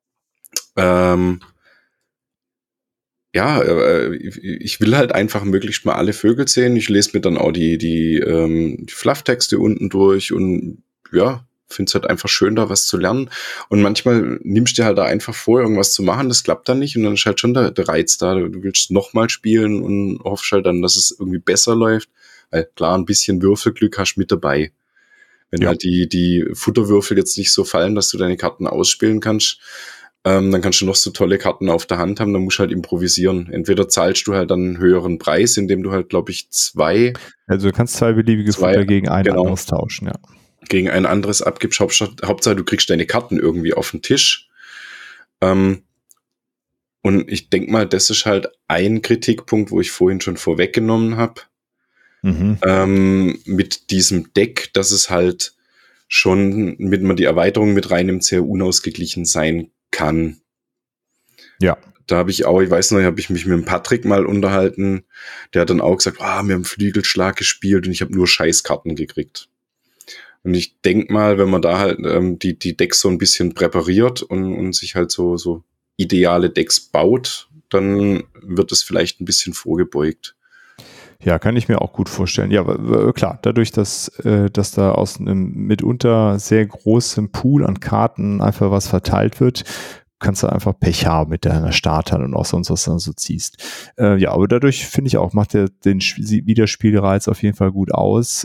Ich will halt einfach möglichst mal alle Vögel sehen. Ich lese mir dann auch die Flufftexte unten durch und ja, finde es halt einfach schön, da was zu lernen. Und manchmal nimmst du dir halt da einfach vor, irgendwas zu machen, das klappt dann nicht und dann ist halt schon der Reiz da. Du willst nochmal spielen und hoffst halt dann, dass es irgendwie besser läuft. Weil klar, ein bisschen Würfelglück hast du mit dabei. Wenn halt die Futterwürfel jetzt nicht so fallen, dass du deine Karten ausspielen kannst, dann kannst du noch so tolle Karten auf der Hand haben, dann musst du halt improvisieren. Entweder zahlst du halt dann einen höheren Preis, indem du halt, glaube ich, Also du kannst zwei beliebige Futter gegen ein anderes tauschen, ja. Gegen ein anderes abgibst. Hauptsache, du kriegst deine Karten irgendwie auf den Tisch. Und ich denke mal, das ist halt ein Kritikpunkt, wo ich vorhin schon vorweggenommen habe. Mit diesem Deck, dass es halt schon, mit man die Erweiterung mit reinnimmt, sehr unausgeglichen sein kann. Ja. Da habe ich auch, ich weiß noch, habe ich mich mit dem Patrick mal unterhalten, der hat dann auch gesagt, wir haben Flügelschlag gespielt und ich habe nur Scheißkarten gekriegt. Und ich denke mal, wenn man da halt die Decks so ein bisschen präpariert und sich halt so ideale Decks baut, dann wird es vielleicht ein bisschen vorgebeugt. Ja, kann ich mir auch gut vorstellen. Ja, klar, dadurch, dass da aus einem mitunter sehr großen Pool an Karten einfach was verteilt wird, kannst du einfach Pech haben mit deiner Startern und auch sonst was du dann so ziehst. Ja, aber dadurch, finde ich auch, macht der den Wiederspielreiz auf jeden Fall gut aus.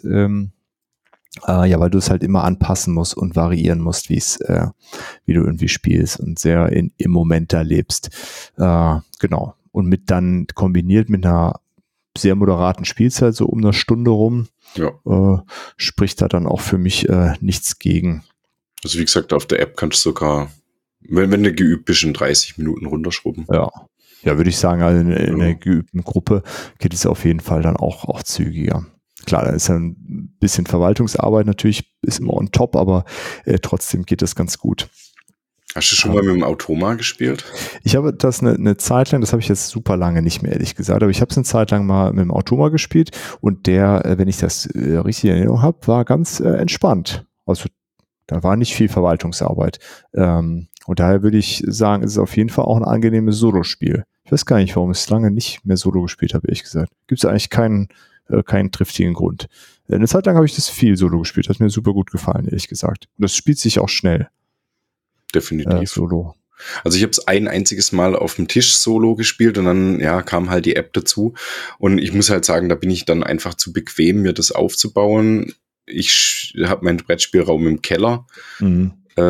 Ja, weil du es halt immer anpassen musst und variieren musst, wie du irgendwie spielst und sehr im Moment da lebst. Genau. Und dann kombiniert mit einer sehr moderaten Spielzeit, so um eine Stunde rum, spricht da dann auch für mich nichts gegen. Also wie gesagt, auf der App kannst du sogar, wenn du geübt bist, in 30 Minuten runterschrubben. Ja, würde ich sagen, also in einer geübten Gruppe geht es auf jeden Fall dann auch zügiger. Klar, da ist ja ein bisschen Verwaltungsarbeit natürlich, ist immer on top, aber trotzdem geht das ganz gut. Hast du schon mal mit dem Automa gespielt? Ich habe das eine Zeit lang, das habe ich jetzt super lange nicht mehr, ehrlich gesagt, aber ich habe es eine Zeit lang mal mit dem Automa gespielt und der, wenn ich das richtig in Erinnerung habe, war ganz entspannt. Also da war nicht viel Verwaltungsarbeit. Und daher würde ich sagen, es ist auf jeden Fall auch ein angenehmes Solo-Spiel. Ich weiß gar nicht, warum ich es lange nicht mehr Solo gespielt habe, ehrlich gesagt. Gibt es eigentlich keinen triftigen Grund. Eine Zeit lang habe ich das viel Solo gespielt, hat mir super gut gefallen, ehrlich gesagt. Und das spielt sich auch schnell. Definitiv. Solo. Also ich habe es ein einziges Mal auf dem Tisch Solo gespielt und dann kam halt die App dazu und ich muss halt sagen, da bin ich dann einfach zu bequem, mir das aufzubauen. Ich habe meinen Brettspielraum im Keller. In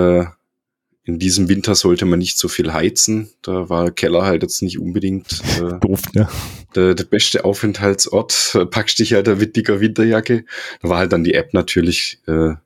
diesem Winter sollte man nicht so viel heizen. Da war Keller halt jetzt nicht unbedingt doof, ne? Der beste Aufenthaltsort. Packst dich halt mit dicker Winterjacke. Da war halt dann die App natürlich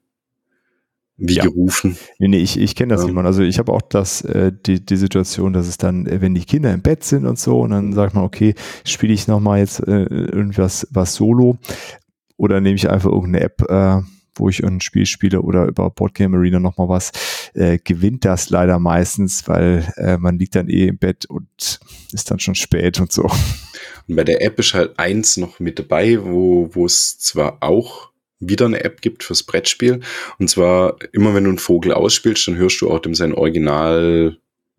gerufen. Nee, ich kenne das, Simon. Also ich habe auch die Situation, dass es dann, wenn die Kinder im Bett sind und so, und dann sagt man, okay, spiele ich nochmal jetzt irgendwas Solo oder nehme ich einfach irgendeine App, wo ich ein Spiel spiele oder über Boardgame Arena nochmal was, gewinnt das leider meistens, weil man liegt dann im Bett und ist dann schon spät und so. Und bei der App ist halt eins noch mit dabei, wo es zwar auch wieder eine App gibt fürs Brettspiel. Und zwar immer, wenn du einen Vogel ausspielst, dann hörst du auch dem seinen Original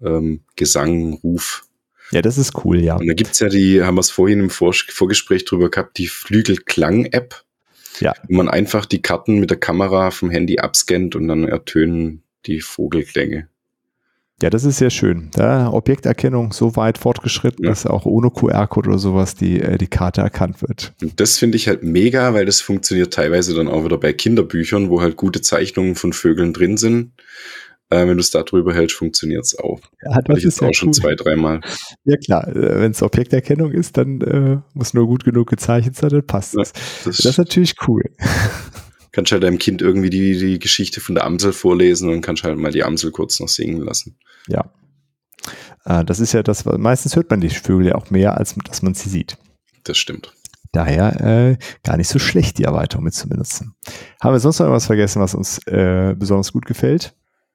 Gesangruf. Ja, das ist cool, ja. Und da gibt's ja haben wir es vorhin im Vorgespräch drüber gehabt, die Flügelklang-App. Ja. Wo man einfach die Karten mit der Kamera vom Handy abscannt und dann ertönen die Vogelklänge. Ja, das ist sehr schön. Da Objekterkennung so weit fortgeschritten, dass auch ohne QR-Code oder sowas die Karte erkannt wird. Und das finde ich halt mega, weil das funktioniert teilweise dann auch wieder bei Kinderbüchern, wo halt gute Zeichnungen von Vögeln drin sind. Wenn du es da drüber hältst, funktioniert es auch. Ja, das ist auch cool. Schon 2-3 Mal. Ja klar, wenn es Objekterkennung ist, dann muss nur gut genug gezeichnet sein, dann passt es. Das ist natürlich cool. Kannst halt deinem Kind irgendwie die Geschichte von der Amsel vorlesen und kannst halt mal die Amsel kurz noch singen lassen. Ja. Das ist ja das, meistens hört man die Vögel ja auch mehr, als dass man sie sieht. Das stimmt. Daher gar nicht so schlecht, die Erweiterung mit zu benutzen. Haben wir sonst noch irgendwas vergessen, was uns besonders gut gefällt?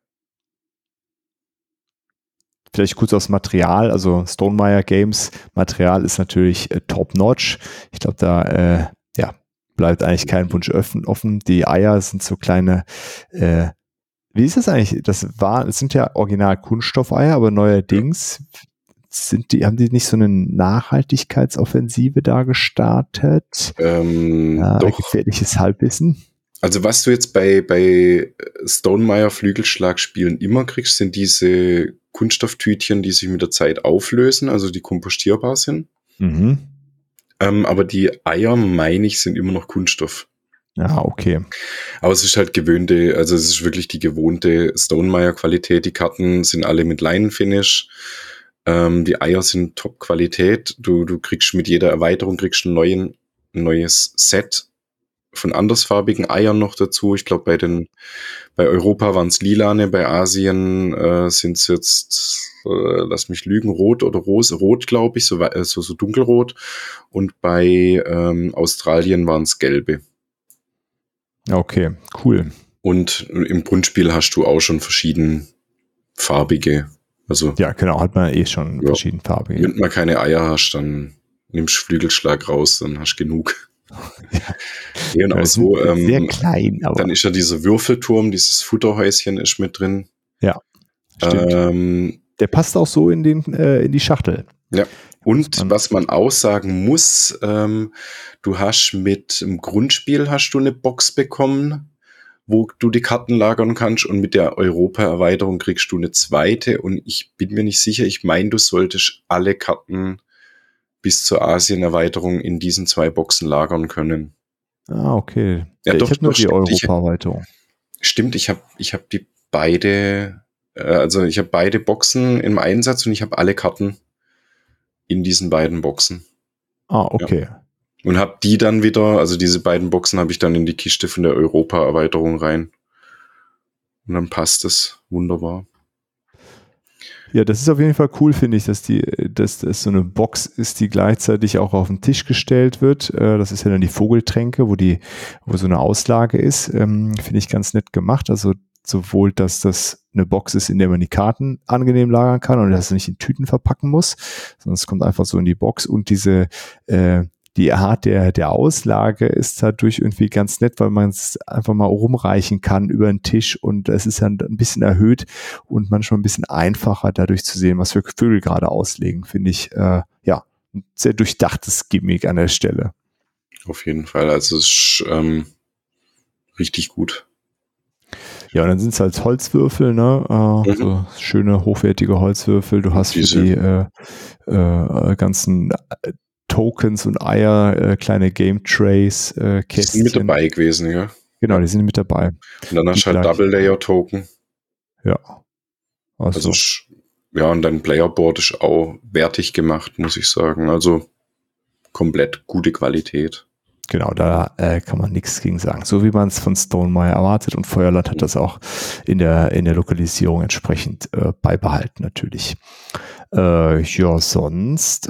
Vielleicht kurz aufs Material, also Stonemaier Games Material ist natürlich top-notch. Ich glaube, da bleibt eigentlich kein Wunsch offen. Die Eier sind so kleine, wie ist das eigentlich? Es sind ja original Kunststoffeier, aber neuerdings haben die nicht so eine Nachhaltigkeitsoffensive da gestartet? Doch. Gefährliches Halbwissen. Also was du jetzt bei Stonemaier Flügelschlagspielen immer kriegst, sind diese Kunststofftütchen, die sich mit der Zeit auflösen, also die kompostierbar sind. Mhm. Aber die Eier, meine ich, sind immer noch Kunststoff. Ja, okay. Aber es ist halt es ist wirklich die gewohnte Stonemaier-Qualität. Die Karten sind alle mit Leinenfinish. Die Eier sind Top-Qualität. Du kriegst mit jeder Erweiterung ein neues Set von andersfarbigen Eiern noch dazu. Ich glaube, bei Europa waren es lilane, bei Asien sind es jetzt, lass mich lügen, rot oder rot, glaube ich, so dunkelrot. Und bei Australien waren es gelbe. Okay, cool. Und im Grundspiel hast du auch schon verschiedenfarbige. Also, ja, genau, hat man schon verschiedenfarbige. Wenn du mal keine Eier hast, dann nimmst Flügelschlag raus, dann hast du genug. Ja. Und auch so, sehr klein, aber. Dann ist ja dieser Würfelturm, dieses Futterhäuschen ist mit drin. Ja, stimmt. Der passt auch so in die Schachtel. Ja. Und was man auch sagen muss, du hast mit dem Grundspiel hast du eine Box bekommen, wo du die Karten lagern kannst, und mit der Europa-Erweiterung kriegst du eine zweite, und ich bin mir nicht sicher, ich meine, du solltest alle Karten bis zur Asien-Erweiterung in diesen 2 Boxen lagern können. Ah, okay. Ja, ich doch, habe nur die Europa-Erweiterung. Stimmt, ich hab die beide, ich habe beide Boxen im Einsatz, und ich habe alle Karten in diesen beiden Boxen. Ah, okay. Ja. Und habe die dann wieder, also diese beiden Boxen habe ich dann in die Kiste von der Europa-Erweiterung rein. Und dann passt es wunderbar. Ja, das ist auf jeden Fall cool, finde ich, dass das so eine Box ist, die gleichzeitig auch auf den Tisch gestellt wird. Das ist ja dann die Vogeltränke, wo so eine Auslage ist. Finde ich ganz nett gemacht. Also sowohl, dass das eine Box ist, in der man die Karten angenehm lagern kann und dass es nicht in Tüten verpacken muss, sondern es kommt einfach so in die Box, und die Art der Auslage ist dadurch irgendwie ganz nett, weil man es einfach mal rumreichen kann über den Tisch, und es ist dann ein bisschen erhöht und manchmal ein bisschen einfacher dadurch zu sehen, was für Vögel gerade auslegen, finde ich, ein sehr durchdachtes Gimmick an der Stelle. Auf jeden Fall, also es ist richtig gut. Ja, und dann sind es halt Holzwürfel, ne? So schöne, hochwertige Holzwürfel. Du hast für die ganzen Tokens und Eier, kleine Game Trays, Kästchen. Die sind mit dabei gewesen, ja. Genau, die sind mit dabei. Und dann hast du halt Double-Layer-Token. Ja. Also und dein Playerboard ist auch wertig gemacht, muss ich sagen. Also komplett gute Qualität. Genau, da kann man nichts gegen sagen. So wie man es von Stonemaier erwartet, und Feuerland hat das auch in der Lokalisierung entsprechend beibehalten, natürlich. Sonst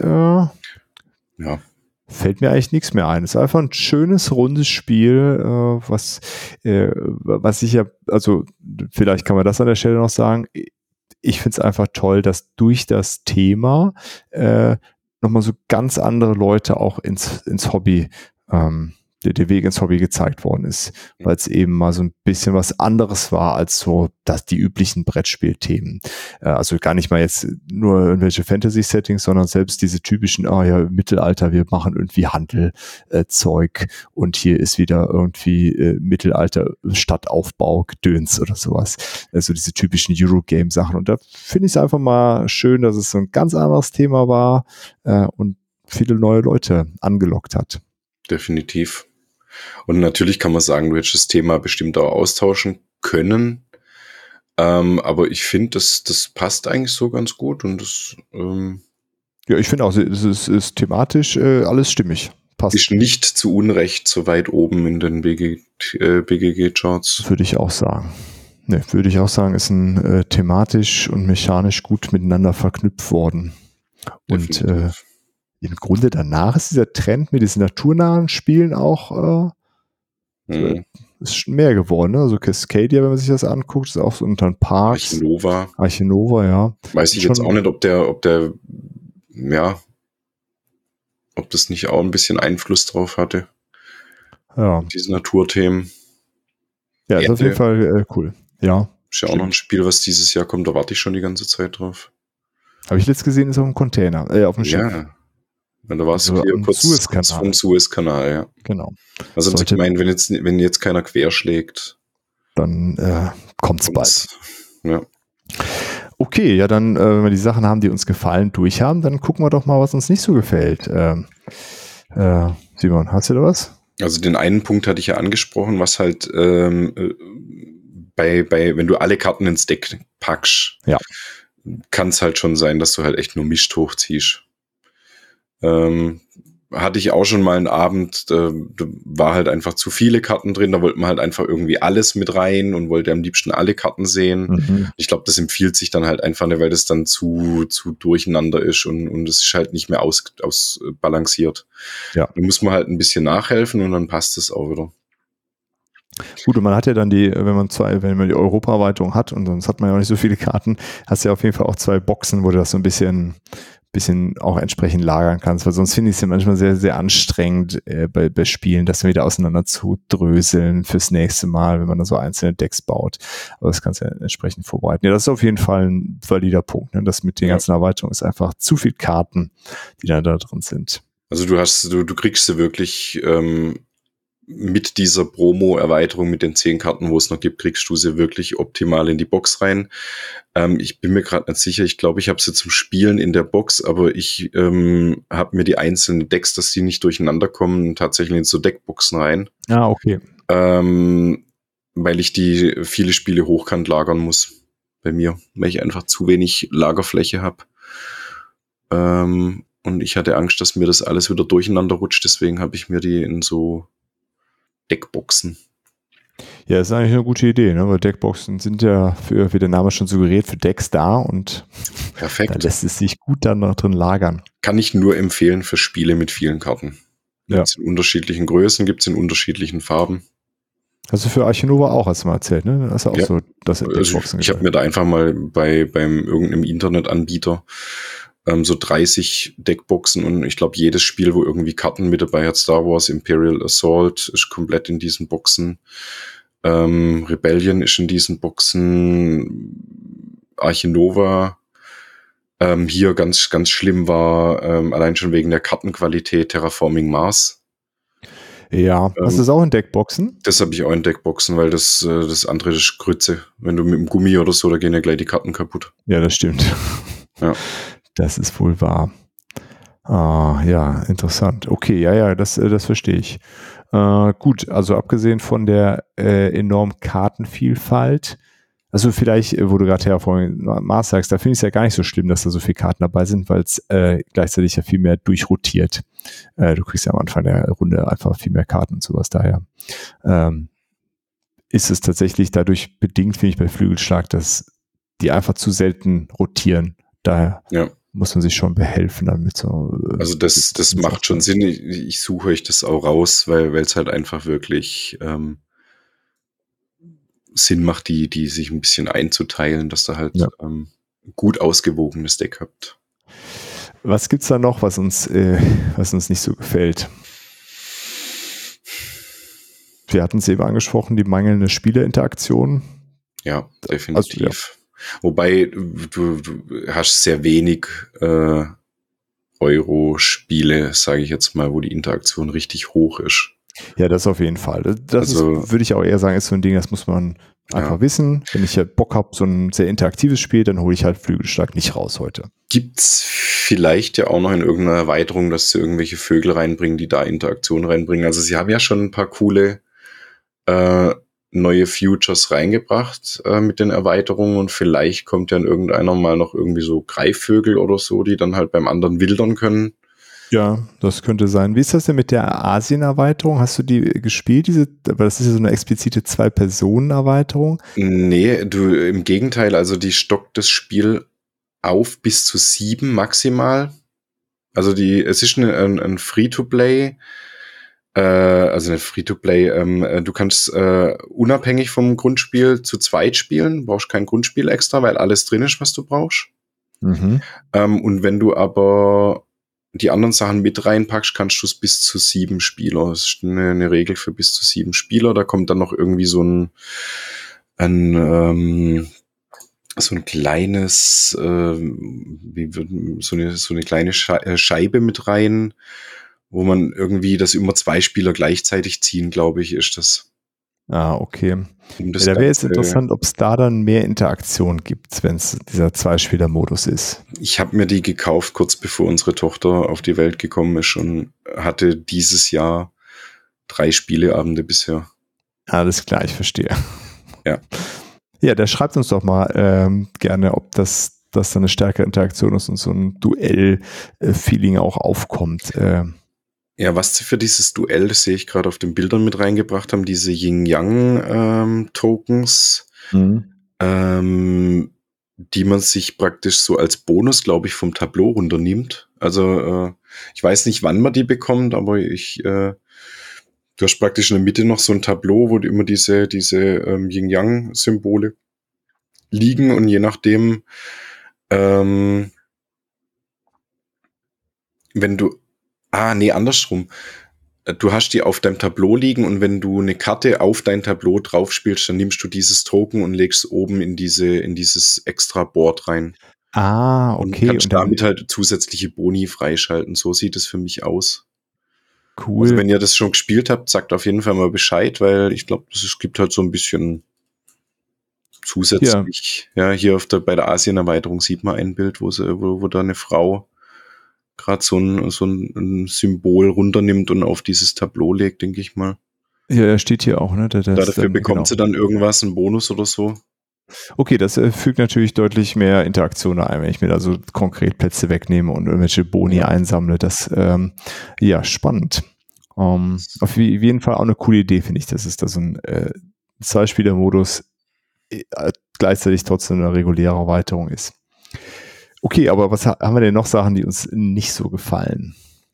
fällt mir eigentlich nichts mehr ein. Es ist einfach ein schönes, rundes Spiel, was ich ja, also vielleicht kann man das an der Stelle noch sagen, ich finde es einfach toll, dass durch das Thema nochmal so ganz andere Leute auch ins Hobby, der Weg ins Hobby gezeigt worden ist, weil es eben mal so ein bisschen was anderes war als so die üblichen Brettspielthemen. Also gar nicht mal jetzt nur irgendwelche Fantasy-Settings, sondern selbst diese typischen, Mittelalter, wir machen irgendwie Handelzeug und hier ist wieder irgendwie Mittelalter Stadtaufbau, Gedöns oder sowas. Also diese typischen Eurogame-Sachen. Und da finde ich es einfach mal schön, dass es so ein ganz anderes Thema war und viele neue Leute angelockt hat. Definitiv. Und natürlich kann man sagen, du hättest das Thema bestimmt auch austauschen können. Aber ich finde, das passt eigentlich so ganz gut, und das ja, ich finde auch, es ist thematisch alles stimmig. Passt. Ist nicht zu Unrecht so weit oben in den BGG-Charts. Würde ich auch sagen. Ne, würde ich auch sagen, ist ein thematisch und mechanisch gut miteinander verknüpft worden. Definitiv. Und im Grunde danach ist dieser Trend mit diesen naturnahen Spielen auch ist mehr geworden. Ne? Also Cascadia, wenn man sich das anguckt, ist auch so unter den Parks. Archinova, ja. Weiß ich jetzt auch nicht, ob das nicht auch ein bisschen Einfluss drauf hatte. Ja. Diese Naturthemen. Ja, ist auf jeden Fall cool. Ja. Ist ja auch noch ein Spiel, was dieses Jahr kommt, da warte ich schon die ganze Zeit drauf. Habe ich letzt gesehen, ist auf dem Container, auf dem Schiff. Weil da warst Also du hier am kurz Suezkanal. vom Suezkanal, ja. Genau. Also ich Sollte- meine, wenn jetzt keiner querschlägt, Dann kommt's bald. Ja. Okay, ja, dann, wenn wir die Sachen haben, die uns gefallen, durch haben, dann gucken wir doch mal, was uns nicht so gefällt. Simon, hast du da was? Also den einen Punkt hatte ich ja angesprochen, was halt wenn du alle Karten ins Deck packst, Ja. kann es halt schon sein, dass du halt echt nur Mist hochziehst. Hatte ich auch schon mal einen Abend, da war halt einfach zu viele Karten drin, da wollte man halt einfach irgendwie alles mit rein und wollte am liebsten alle Karten sehen. Mhm. Ich glaube, das empfiehlt sich dann halt einfach nicht, weil das dann zu durcheinander ist und es ist halt nicht mehr ausbalanciert. Ja. Da muss man halt ein bisschen nachhelfen und dann passt es auch wieder. Gut, und man hat ja dann wenn man die Europa-Erweiterung hat, und sonst hat man ja auch nicht so viele Karten, hast du ja auf jeden Fall auch 2 Boxen, wo du das so ein bisschen auch entsprechend lagern kannst, weil sonst finde ich es ja manchmal sehr, sehr anstrengend bei Spielen, das dann wieder auseinander zu dröseln fürs nächste Mal, wenn man da so einzelne Decks baut. Aber das kannst du ja entsprechend vorbereiten. Ja, das ist auf jeden Fall ein valider Punkt. Ne? Das mit den ganzen Erweiterungen ist einfach zu viel Karten, die dann da drin sind. Also du kriegst sie wirklich mit dieser Promo-Erweiterung mit den 10 Karten, wo es noch gibt, kriegst du sie wirklich optimal in die Box rein. Ich bin mir gerade nicht sicher. Ich glaube, ich habe sie zum Spielen in der Box, aber ich habe mir die einzelnen Decks, dass die nicht durcheinander kommen, tatsächlich in so Deckboxen rein. Ah, okay. Weil ich die viele Spiele hochkant lagern muss bei mir, weil ich einfach zu wenig Lagerfläche habe. Und ich hatte Angst, dass mir das alles wieder durcheinander rutscht, deswegen habe ich mir die in so Deckboxen. Ja, ist eigentlich eine gute Idee, ne? Weil Deckboxen sind ja wie der Name schon suggeriert, für Decks da, und Perfekt. da lässt es sich gut dann noch drin lagern. Kann ich nur empfehlen für Spiele mit vielen Karten. Ja. Gibt's in unterschiedlichen Größen, gibt's in unterschiedlichen Farben. Also für Archinova auch, hast du mal erzählt, ne? Das ist ja auch so, dass Deckboxen ich habe mir da einfach mal beim irgendeinem Internetanbieter so 30 Deckboxen, und ich glaube, jedes Spiel, wo irgendwie Karten mit dabei hat, Star Wars, Imperial Assault ist komplett in diesen Boxen. Rebellion ist in diesen Boxen. Archinova. Hier ganz, ganz schlimm war, allein schon wegen der Kartenqualität, Terraforming Mars. Ja, hast du das auch in Deckboxen? Das habe ich auch in Deckboxen, weil das andere ist Grütze. Wenn du mit dem Gummi oder so, da gehen ja gleich die Karten kaputt. Ja, das stimmt. Ja. Das ist wohl wahr. Ah, ja, interessant. Okay, ja, das verstehe ich. Gut, also abgesehen von der enormen Kartenvielfalt, also vielleicht, wo du gerade ja vorhin Mars sagst, da finde ich es ja gar nicht so schlimm, dass da so viele Karten dabei sind, weil es gleichzeitig ja viel mehr durchrotiert. Du kriegst ja am Anfang der Runde einfach viel mehr Karten und sowas, daher ist es tatsächlich dadurch bedingt, finde ich, bei Flügelschlag, dass die einfach zu selten rotieren. Daher muss man sich schon behelfen damit. So, also das macht schon Sinn. Ich suche euch das auch raus, weil es halt einfach wirklich Sinn macht, die sich ein bisschen einzuteilen, dass da halt gut ausgewogenes Deck habt. Was gibt's da noch, was uns nicht so gefällt? Wir hatten es eben angesprochen, die mangelnde Spielerinteraktion. Ja, definitiv. Also, wobei du hast sehr wenig Euro-Spiele, sage ich jetzt mal, wo die Interaktion richtig hoch ist. Ja, das auf jeden Fall. Das würde ich auch eher sagen, ist so ein Ding, das muss man einfach wissen. Wenn ich halt Bock habe, so ein sehr interaktives Spiel, dann hole ich halt Flügelschlag nicht raus heute. Gibt's vielleicht ja auch noch in irgendeiner Erweiterung, dass sie irgendwelche Vögel reinbringen, die da Interaktion reinbringen. Also sie haben ja schon ein paar coole neue Futures reingebracht mit den Erweiterungen, und vielleicht kommt ja in irgendeiner mal noch irgendwie so Greifvögel oder so, die dann halt beim anderen wildern können. Ja, das könnte sein. Wie ist das denn mit der Asien-Erweiterung? Hast du die gespielt? Aber das ist ja so eine explizite 2-Personen-Erweiterung. Nee, im Gegenteil, also die stockt das Spiel auf bis zu 7 maximal. Also es ist ein Free-to-Play, also eine Free-to-Play, du kannst unabhängig vom Grundspiel zu zweit spielen, brauchst kein Grundspiel extra, weil alles drin ist, was du brauchst. Mhm. Und wenn du aber die anderen Sachen mit reinpackst, kannst du es bis zu 7 Spieler. Das ist eine Regel für bis zu 7 Spieler. Da kommt dann noch irgendwie so ein so ein kleines, so eine kleine Scheibe mit rein, wo man irgendwie, dass immer 2 Spieler gleichzeitig ziehen, glaube ich, ist das. Ah, okay. Um Ja, das da wäre jetzt Ganze, interessant, ob es da dann mehr Interaktion gibt, wenn es dieser Zweispieler-Modus ist. ich habe mir die gekauft, kurz bevor unsere Tochter auf die Welt gekommen ist und hatte dieses Jahr 3 Spieleabende bisher. Alles klar, ich verstehe. Ja. Ja, der schreibt uns doch mal gerne, ob das dann eine stärkere Interaktion ist und so ein Duell-Feeling auch aufkommt. Ja, was sie für dieses Duell, das sehe ich gerade auf den Bildern mit reingebracht haben, diese Yin-Yang-Tokens, die man sich praktisch so als Bonus, glaube ich, vom Tableau runternimmt. Also ich weiß nicht, wann man die bekommt, aber du hast praktisch in der Mitte noch so ein Tableau, wo immer diese Yin-Yang-Symbole liegen und je nachdem, wenn du, andersrum. Du hast die auf deinem Tableau liegen und wenn du eine Karte auf dein Tableau drauf spielst, dann nimmst du dieses Token und legst es oben in dieses extra Board rein. Ah, okay. Und kannst damit halt zusätzliche Boni freischalten. So sieht es für mich aus. Cool. Also wenn ihr das schon gespielt habt, sagt auf jeden Fall mal Bescheid, weil ich glaube, es gibt halt so ein bisschen zusätzlich. Ja, hier bei der Asien-Erweiterung sieht man ein Bild, wo da eine Frau gerade so ein Symbol runternimmt und auf dieses Tableau legt, denke ich mal. Ja, steht hier auch, ne? Dafür bekommt sie dann irgendwas, einen Bonus oder so. Okay, das fügt natürlich deutlich mehr Interaktion ein, wenn ich mir da so konkret Plätze wegnehme und irgendwelche Boni einsammle. Das, spannend. Auf jeden Fall auch eine coole Idee, finde ich, dass es da so ein Zweispieler-Modus gleichzeitig trotzdem eine reguläre Erweiterung ist. Okay, aber was haben wir denn noch Sachen, die uns nicht so gefallen?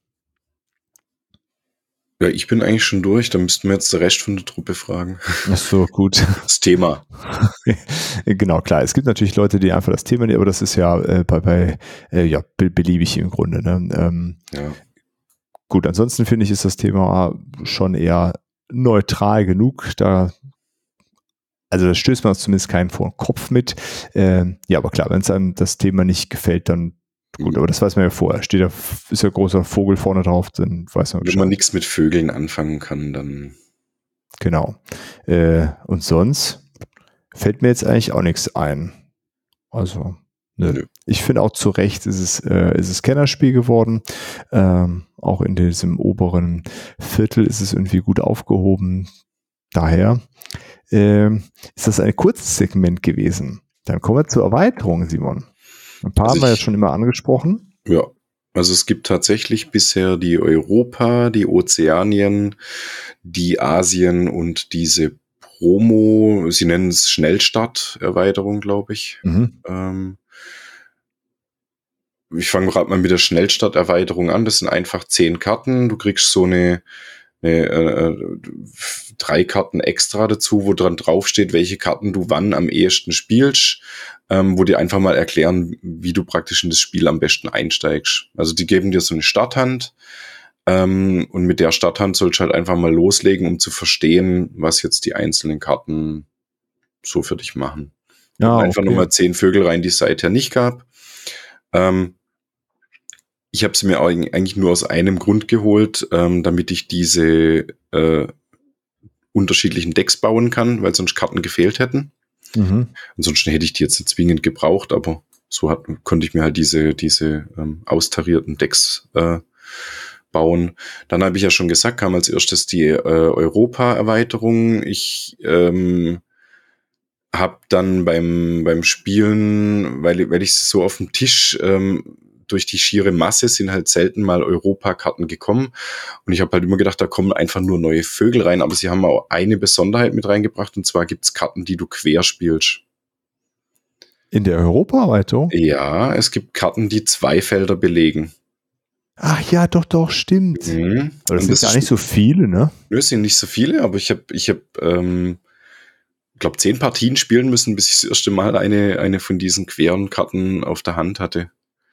Ja, ich bin eigentlich schon durch, da müssten wir jetzt den Rest von der Truppe fragen. Ach so, gut. Das Thema. Genau, klar. Es gibt natürlich Leute, die einfach das Thema nehmen, aber das ist ja beliebig im Grunde. Ne? Ja. Gut, ansonsten finde ich, ist das Thema schon eher neutral genug. Also da stößt man zumindest keinen vor den Kopf mit. Ja, aber klar, wenn es einem das Thema nicht gefällt, dann gut, aber das weiß man ja vorher. Ist ja ein großer Vogel vorne drauf, dann weiß man Wenn man nichts mit Vögeln anfangen kann, dann. Genau. Und sonst fällt mir jetzt eigentlich auch nichts ein. Also, nö. Ich finde auch zu Recht ist es Kennerspiel geworden. Auch in diesem oberen Viertel ist es irgendwie gut aufgehoben. Daher ist das ein kurzes Segment gewesen. Dann kommen wir zur Erweiterung, Simon. Ein paar haben wir ja schon immer angesprochen. Ja, also es gibt tatsächlich bisher die Europa, die Ozeanien, die Asien und diese Promo, sie nennen es Schnellstart-Erweiterung, glaube ich. Ich fange gerade mal mit der Schnellstart-Erweiterung an. Das sind einfach 10 Karten. Du kriegst so eine 3 Karten extra dazu, wo dran draufsteht, welche Karten du wann am ehesten spielst, wo die einfach mal erklären, wie du praktisch in das Spiel am besten einsteigst. Also die geben dir so eine Starthand und mit der Starthand sollst du halt einfach mal loslegen, um zu verstehen, was jetzt die einzelnen Karten so für dich machen. Ja, einfach nochmal 10 Vögel rein, die es seither nicht gab. Ich habe sie mir eigentlich nur aus einem Grund geholt, damit ich diese unterschiedlichen Decks bauen kann, weil sonst Karten gefehlt hätten. Ansonsten hätte ich die jetzt nicht zwingend gebraucht, aber so konnte ich mir halt diese austarierten Decks bauen. Dann habe ich ja schon gesagt, kam als erstes die Europa-Erweiterung. Ich habe dann beim Spielen, weil ich so auf dem Tisch durch die schiere Masse sind halt selten mal Europa-Karten gekommen. Und ich habe halt immer gedacht, da kommen einfach nur neue Vögel rein. Aber sie haben auch eine Besonderheit mit reingebracht. Und zwar gibt's Karten, die du quer spielst. In der Europa-Erweiterung? Ja, es gibt Karten, die 2 Felder belegen. Ach ja, doch, stimmt. Aber das sind ja nicht so viele, ne? Nö, es sind nicht so viele, aber ich habe glaube 10 Partien spielen müssen, bis ich das erste Mal eine von diesen queren Karten auf der Hand hatte.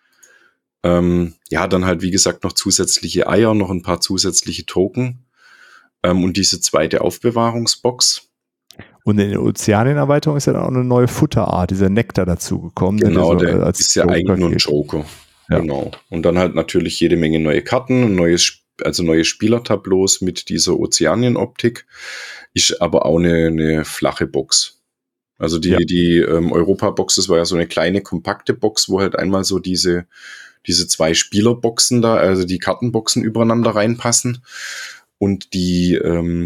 Ja, dann halt, wie gesagt, noch zusätzliche Eier, noch ein paar zusätzliche Token und diese zweite Aufbewahrungsbox. Und in der Ozeanien-Erweiterung ist ja dann auch eine neue Futterart, dieser Nektar dazugekommen. Genau, der der ist ja eigentlich nur ein Joker. Ja. Genau. Und dann halt natürlich jede Menge neue Karten, neue Spielertableaus mit dieser Ozeanien-Optik. Ist aber auch eine flache Box. Also die Europa-Box, das war ja so eine kleine, kompakte Box, wo halt einmal so diese 2 Spielerboxen da, also die Kartenboxen übereinander reinpassen. Und die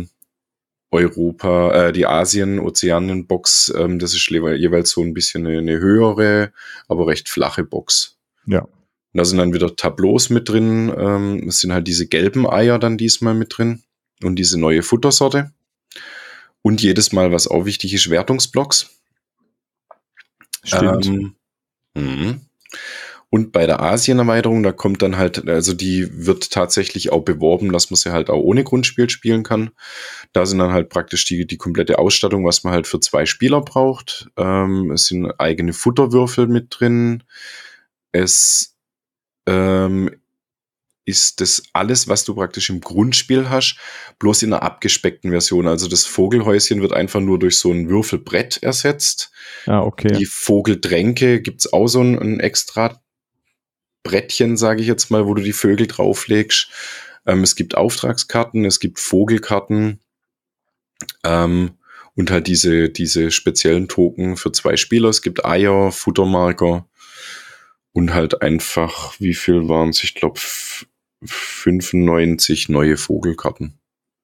die Asien-Ozeanien-Box, das ist jeweils so ein bisschen eine höhere, aber recht flache Box. Ja. Und da sind dann wieder Tableaus mit drin. Es sind halt diese gelben Eier dann diesmal mit drin und diese neue Futtersorte. Und jedes Mal, was auch wichtig ist, Wertungsblocks. Stimmt. Und bei der Asien-Erweiterung, da kommt dann halt, also die wird tatsächlich auch beworben, dass man sie halt auch ohne Grundspiel spielen kann. Da sind dann halt praktisch die komplette Ausstattung, was man halt für 2 Spieler braucht. Es sind eigene Futterwürfel mit drin. Es ist das alles, was du praktisch im Grundspiel hast, bloß in einer abgespeckten Version. Also das Vogelhäuschen wird einfach nur durch so ein Würfelbrett ersetzt. Okay. Die Vogeltränke gibt's auch so ein extra Brettchen, sage ich jetzt mal, wo du die Vögel drauflegst. Es gibt Auftragskarten, es gibt Vogelkarten und halt diese speziellen Token für 2 Spieler. Es gibt Eier, Futtermarker und halt einfach, wie viel waren es? Ich glaube 95 neue Vogelkarten.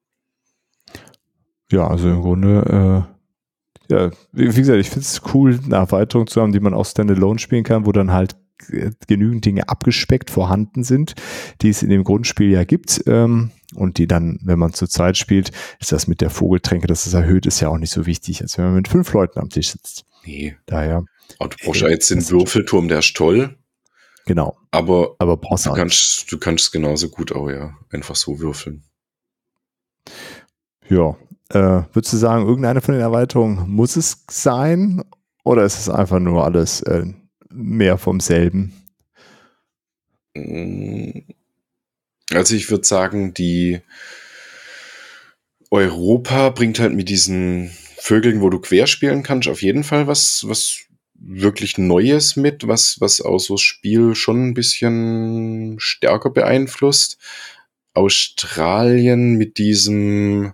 Ja, also im Grunde, ja, wie gesagt, ich finde es cool, eine Erweiterung zu haben, die man auch Standalone spielen kann, wo dann halt genügend Dinge abgespeckt vorhanden sind, die es in dem Grundspiel ja gibt, und die dann, wenn man zu zweit spielt, ist das mit der Vogeltränke, dass es erhöht ist, ja auch nicht so wichtig, als wenn man mit 5 Leuten am Tisch sitzt. Nee. Daher. Aber du brauchst ja jetzt den Würfelturm, der ist toll. Genau. Aber brauchst du kannst es genauso gut auch, ja, einfach so würfeln. Ja. Würdest du sagen, irgendeine von den Erweiterungen muss es sein? Oder ist es einfach nur alles mehr vom selben? Also ich würde sagen, die Europa bringt halt mit diesen Vögeln, wo du quer spielen kannst, auf jeden Fall was wirklich Neues mit, was auch so das Spiel schon ein bisschen stärker beeinflusst. Australien mit diesem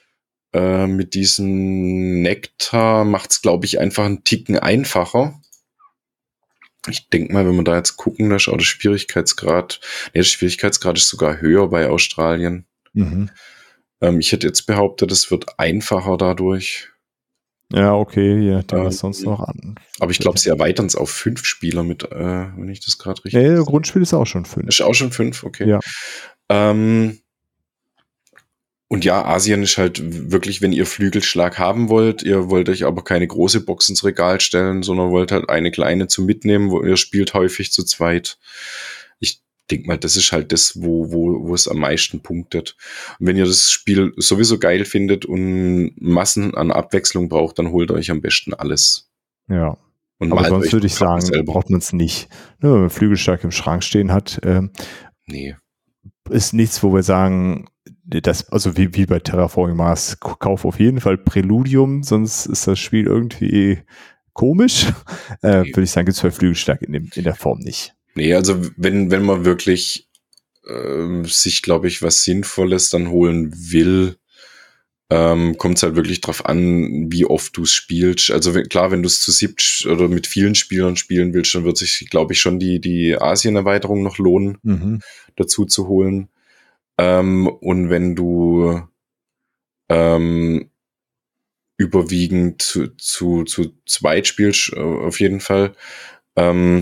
Nektar macht es, glaube ich, einfach einen Ticken einfacher. Ich denke mal, wenn wir da jetzt gucken, da ist auch der Schwierigkeitsgrad ist sogar höher bei Australien. Mhm. Ich hätte jetzt behauptet, es wird einfacher dadurch. Ja, okay, ja, was sonst noch an. Aber ich glaube, sie erweitern es auf 5 Spieler mit, wenn ich das gerade richtig. Nee, Grundspiel ist auch schon 5. Ist auch schon 5, okay. Ja. Und ja, Asien ist halt wirklich, wenn ihr Flügelschlag haben wollt, ihr wollt euch aber keine große Box ins Regal stellen, sondern wollt halt eine kleine zum Mitnehmen, wo ihr spielt häufig zu zweit. Ich denke mal, das ist halt das, wo es am meisten punktet. Und wenn ihr das Spiel sowieso geil findet und Massen an Abwechslung braucht, dann holt euch am besten alles. Ja. Und aber sonst würde ich sagen, braucht man es nicht. Ne, wenn man Flügelstark im Schrank stehen hat, nee. Ist nichts, wo wir sagen, also wie bei Terraforming Mars, kauf auf jeden Fall Präludium, sonst ist das Spiel irgendwie komisch. Würde ich sagen, gibt es bei Flügelstark in der Form nicht. Nee, also wenn man wirklich sich, glaube ich, was Sinnvolles dann holen will, kommt es halt wirklich drauf an, wie oft du es spielst. Also klar, wenn du es zu 7 oder mit vielen Spielern spielen willst, dann wird sich, glaube ich, schon die Asien-Erweiterung noch lohnen, dazu zu holen. Und wenn du überwiegend zu zweit spielst, auf jeden Fall. Und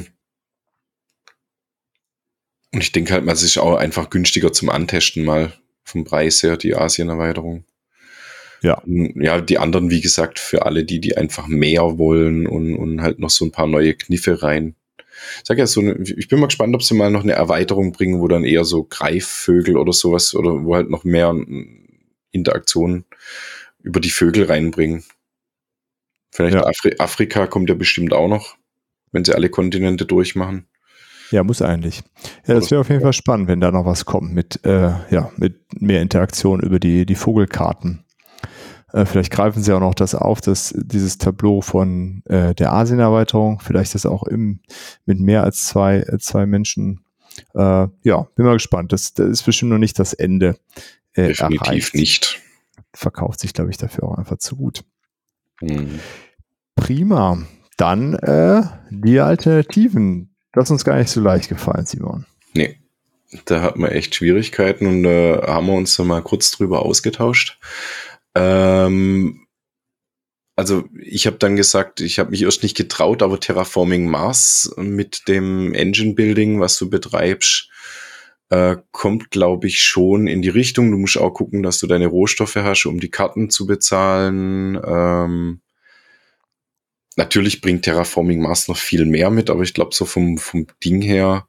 ich denke halt mal, es ist auch einfach günstiger zum Antesten mal vom Preis her, die Asien-Erweiterung. Ja. Ja, die anderen, wie gesagt, für alle, die einfach mehr wollen und halt noch so ein paar neue Kniffe rein. Ich sag ja, ich bin mal gespannt, ob sie mal noch eine Erweiterung bringen, wo dann eher so Greifvögel oder sowas oder wo halt noch mehr Interaktionen über die Vögel reinbringen. Vielleicht ja. Afrika kommt ja bestimmt auch noch, wenn sie alle Kontinente durchmachen. Ja, muss eigentlich. Ja, das wäre auf jeden Fall spannend, wenn da noch was kommt mit mehr Interaktion über die Vogelkarten. Vielleicht greifen sie auch noch das auf, dieses Tableau von der Asien-Erweiterung, vielleicht das auch mit mehr als zwei Menschen. Ja, bin mal gespannt. Das ist bestimmt noch nicht das Ende Definitiv erreicht. nicht. Verkauft sich, glaube ich, dafür auch einfach zu gut. Mhm. Prima. Dann die Alternativen. Das ist uns gar nicht so leicht gefallen, Simon. Nee, da hat man echt Schwierigkeiten und haben wir uns da mal kurz drüber ausgetauscht. Also ich habe dann gesagt, ich habe mich erst nicht getraut, aber Terraforming Mars mit dem Engine Building, was du betreibst, kommt, glaube ich, schon in die Richtung. Du musst auch gucken, dass du deine Rohstoffe hast, um die Karten zu bezahlen. Natürlich bringt Terraforming Mars noch viel mehr mit, aber ich glaube, so vom Ding her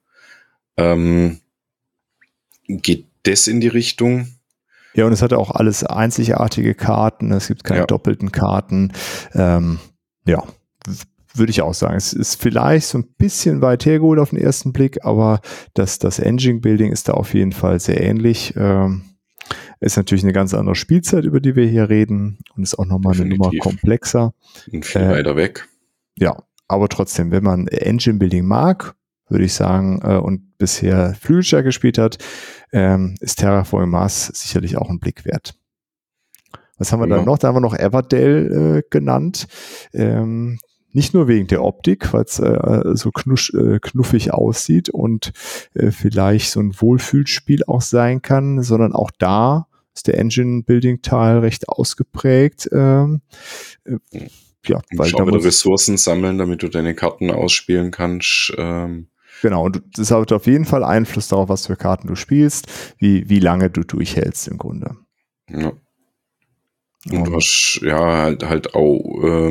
geht das in die Richtung. Ja, und es hat auch alles einzigartige Karten, es gibt keine doppelten Karten. Ja, würde ich auch sagen. Es ist vielleicht so ein bisschen weit hergeholt auf den ersten Blick, aber das Engine-Building ist da auf jeden Fall sehr ähnlich. Ist natürlich eine ganz andere Spielzeit, über die wir hier reden, und ist auch nochmal eine Nummer komplexer. Und viel weiter weg. Ja, aber trotzdem, wenn man Engine-Building mag, würde ich sagen, und bisher Flügelschlag gespielt hat, ist Terraforming Mars sicherlich auch ein Blick wert. Was haben wir da noch? Da haben wir noch Everdell genannt. Nicht nur wegen der Optik, weil es so knuffig aussieht und vielleicht so ein Wohlfühlspiel auch sein kann, sondern auch da ist der Engine-Building-Teil recht ausgeprägt. Ja, weil schau wieder Ressourcen sammeln, damit du deine Karten ausspielen kannst. Genau, und das hat auf jeden Fall Einfluss darauf, was für Karten du spielst, wie lange du durchhältst im Grunde. Ja. Und du hast ja halt auch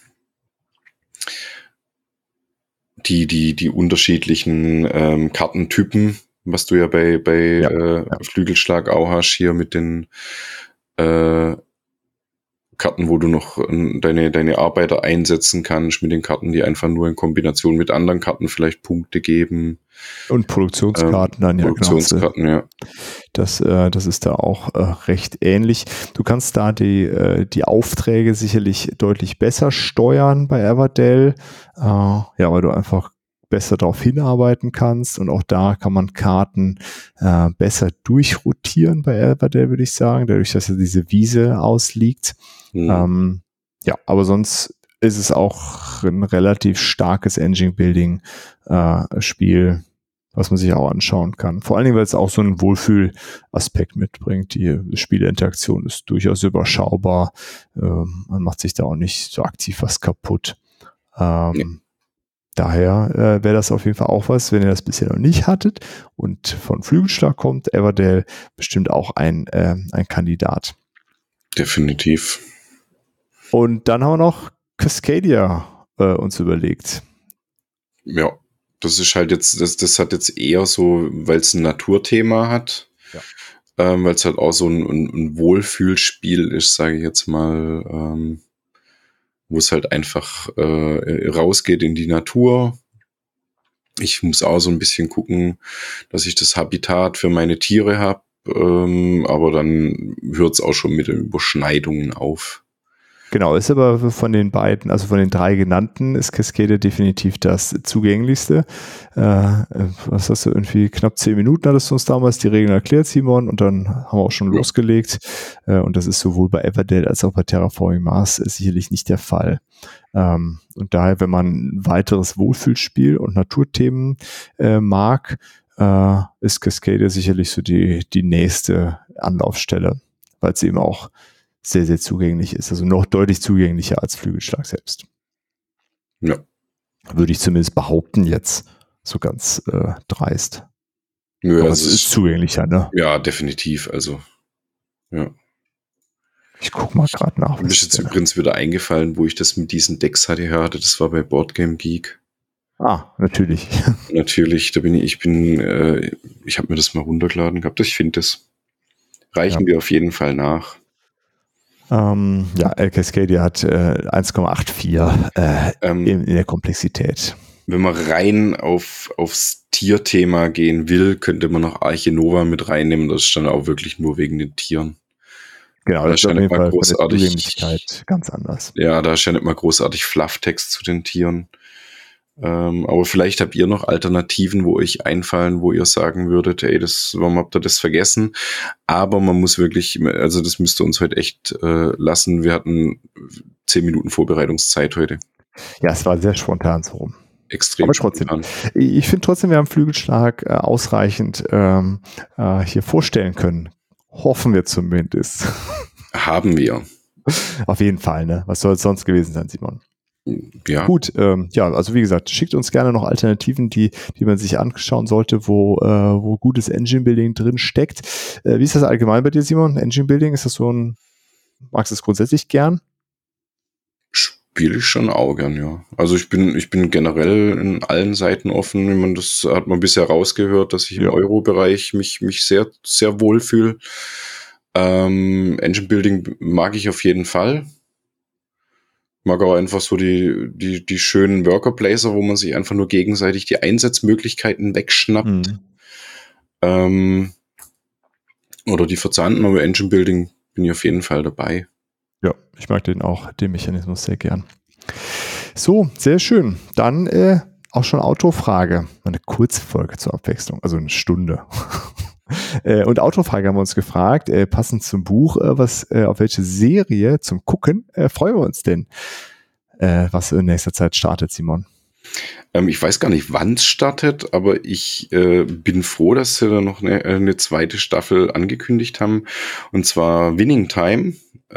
die unterschiedlichen Kartentypen, was du ja bei Flügelschlag auch hast, hier mit den Karten, wo du noch deine Arbeiter einsetzen kannst, mit den Karten, die einfach nur in Kombination mit anderen Karten vielleicht Punkte geben. Und Produktionskarten dann, Produktionskarten, ja. Das ist da auch recht ähnlich. Du kannst da die Aufträge sicherlich deutlich besser steuern bei Everdell, weil du einfach besser darauf hinarbeiten kannst, und auch da kann man Karten besser durchrotieren bei Everdell, würde ich sagen, dadurch, dass ja diese Wiese ausliegt. Aber sonst ist es auch ein relativ starkes Engine-Building-Spiel, was man sich auch anschauen kann. Vor allen Dingen, weil es auch so einen Wohlfühl-Aspekt mitbringt. Die Spielerinteraktion ist durchaus überschaubar. Man macht sich da auch nicht so aktiv was kaputt. Daher wäre das auf jeden Fall auch was, wenn ihr das bisher noch nicht hattet und von Flügelschlag kommt, Everdell bestimmt auch ein Kandidat. Definitiv. Und dann haben wir noch Cascadia uns überlegt. Ja, das ist halt jetzt, das hat jetzt eher so, weil es ein Naturthema hat, weil es halt auch so ein Wohlfühlspiel ist, sage ich jetzt mal, wo es halt einfach rausgeht in die Natur. Ich muss auch so ein bisschen gucken, dass ich das Habitat für meine Tiere habe, aber dann hört es auch schon mit den Überschneidungen auf. Genau, ist aber von den beiden, also von den drei genannten, ist Cascadia definitiv das zugänglichste. Was hast du, irgendwie knapp 10 Minuten hattest du uns damals die Regeln erklärt, Simon, und dann haben wir auch schon losgelegt. Und das ist sowohl bei Everdell als auch bei Terraforming Mars sicherlich nicht der Fall. Und daher, wenn man ein weiteres Wohlfühlspiel und Naturthemen mag, ist Cascadia sicherlich so die nächste Anlaufstelle, weil es eben auch sehr, sehr zugänglich ist. Also noch deutlich zugänglicher als Flügelschlag selbst. Ja. Würde ich zumindest behaupten jetzt, so ganz dreist. Ja, aber es ist zugänglicher, ne? Ja, definitiv. Also, ja. Ich guck mal gerade nach. Mir ist jetzt übrigens wieder eingefallen, wo ich das mit diesen Decks hatte. Das war bei Boardgame Geek. Ah, natürlich. Natürlich, da ich habe mir das mal runtergeladen gehabt. Ich finde das. Reichen wir auf jeden Fall nach. El Cascadia hat 1,84 in der Komplexität. Wenn man rein aufs Tierthema gehen will, könnte man noch Arche Nova mit reinnehmen. Das ist dann auch wirklich nur wegen den Tieren. Genau, Da das ist ist ja auf nicht jeden mal Fall von der großartig, Zugänglichkeit ganz anders. ja, da ist ja nicht mal großartig Flufftext zu den Tieren. Aber vielleicht habt ihr noch Alternativen, wo euch einfallen, wo ihr sagen würdet, ey, warum habt ihr das vergessen? Aber man muss wirklich, also das müsst ihr uns heute echt lassen. Wir hatten 10 Minuten Vorbereitungszeit heute. Ja, es war sehr spontan so rum. Extrem Aber trotzdem, spontan. ich finde trotzdem, wir haben Flügelschlag ausreichend hier vorstellen können. Hoffen wir zumindest. Haben wir. Auf jeden Fall, ne? Was soll es sonst gewesen sein, Simon? Ja. Gut, ja, also wie gesagt, schickt uns gerne noch Alternativen, die man sich anschauen sollte, wo gutes Engine Building drin steckt. Wie ist das allgemein bei dir, Simon? Engine Building, ist das magst du es grundsätzlich gern? Spiele ich schon auch gern, ja. Also ich bin generell in allen Seiten offen. Das hat man bisher rausgehört, dass ich im Euro-Bereich mich sehr, sehr wohl fühle. Engine Building mag ich auf jeden Fall. Mag auch einfach so die schönen Worker Placer, wo man sich einfach nur gegenseitig die Einsatzmöglichkeiten wegschnappt. Oder die verzahnten, aber Engine Building bin ich auf jeden Fall dabei. Ja, ich mag den Mechanismus sehr gern. So, sehr schön. Dann auch schon Autofrage. Eine kurze Folge zur Abwechslung, also eine Stunde. Und Autofrage haben wir uns gefragt, passend zum Buch, auf welche Serie zum Gucken freuen wir uns denn, was in nächster Zeit startet, Simon? Ich weiß gar nicht, wann es startet, aber ich bin froh, dass sie da noch eine zweite Staffel angekündigt haben. Und zwar Winning Time.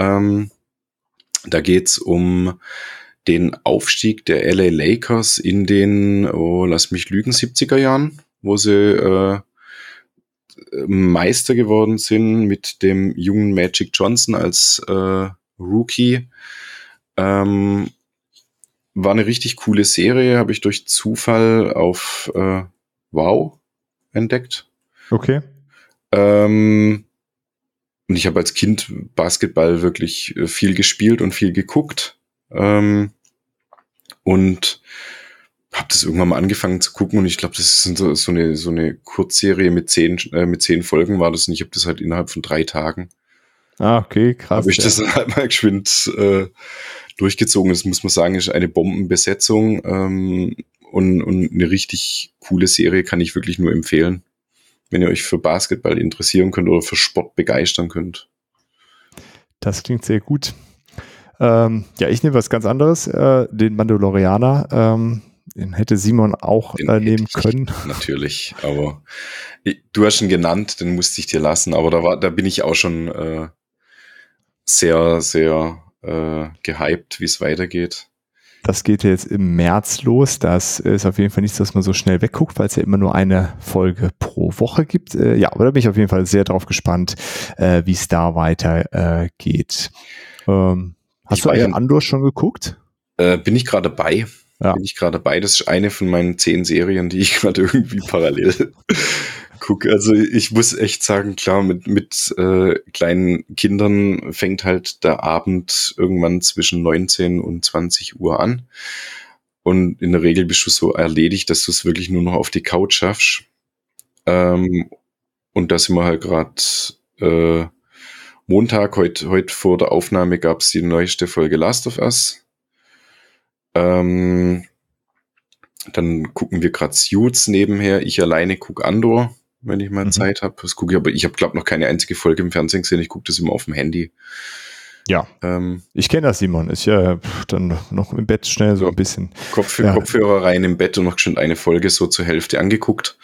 Da geht's um den Aufstieg der LA Lakers in den, lass mich lügen, 70er Jahren, wo sie Meister geworden sind mit dem jungen Magic Johnson als Rookie. War eine richtig coole Serie, habe ich durch Zufall auf Wow entdeckt. Okay. Und ich habe als Kind Basketball wirklich viel gespielt und viel geguckt. Und habe das irgendwann mal angefangen zu gucken und ich glaube, das ist so eine Kurzserie mit 10 Folgen war das und ich habe das halt innerhalb von 3 Tagen. Okay, krass. Habe ich das dann halt mal geschwind durchgezogen. Das muss man sagen, ist eine Bombenbesetzung und eine richtig coole Serie, kann ich wirklich nur empfehlen, wenn ihr euch für Basketball interessieren könnt oder für Sport begeistern könnt. Das klingt sehr gut. Ja, ich nehme was ganz anderes, den Mandalorianer. Den hätte Simon auch nehmen können. Natürlich, aber du hast ihn genannt, den musste ich dir lassen, aber da bin ich auch schon sehr, sehr gehypt, wie es weitergeht. Das geht jetzt im März los. Das ist auf jeden Fall nichts, dass man so schnell wegguckt, weil es ja immer nur eine Folge pro Woche gibt. Ja, aber da bin ich auf jeden Fall sehr drauf gespannt, wie es da weitergeht. Hast du eigentlich Andor schon geguckt? Bin ich gerade dabei. Ja. Das ist eine von meinen 10 Serien, die ich gerade irgendwie parallel gucke. Also ich muss echt sagen, klar, mit kleinen Kindern fängt halt der Abend irgendwann zwischen 19 und 20 Uhr an. Und in der Regel bist du so erledigt, dass du es wirklich nur noch auf die Couch schaffst. Und da sind wir halt gerade Montag, heute vor der Aufnahme gab es die neueste Folge Last of Us. Dann gucken wir gerade Suits nebenher. Ich alleine gucke Andor, wenn ich mal Zeit habe. Das gucke ich, aber ich habe, glaube ich, noch keine einzige Folge im Fernsehen gesehen. Ich gucke das immer auf dem Handy. Ja, ich kenne das, Simon. Ist ja dann noch im Bett schnell so ein bisschen. Kopfhörer rein im Bett und noch schon eine Folge so zur Hälfte angeguckt.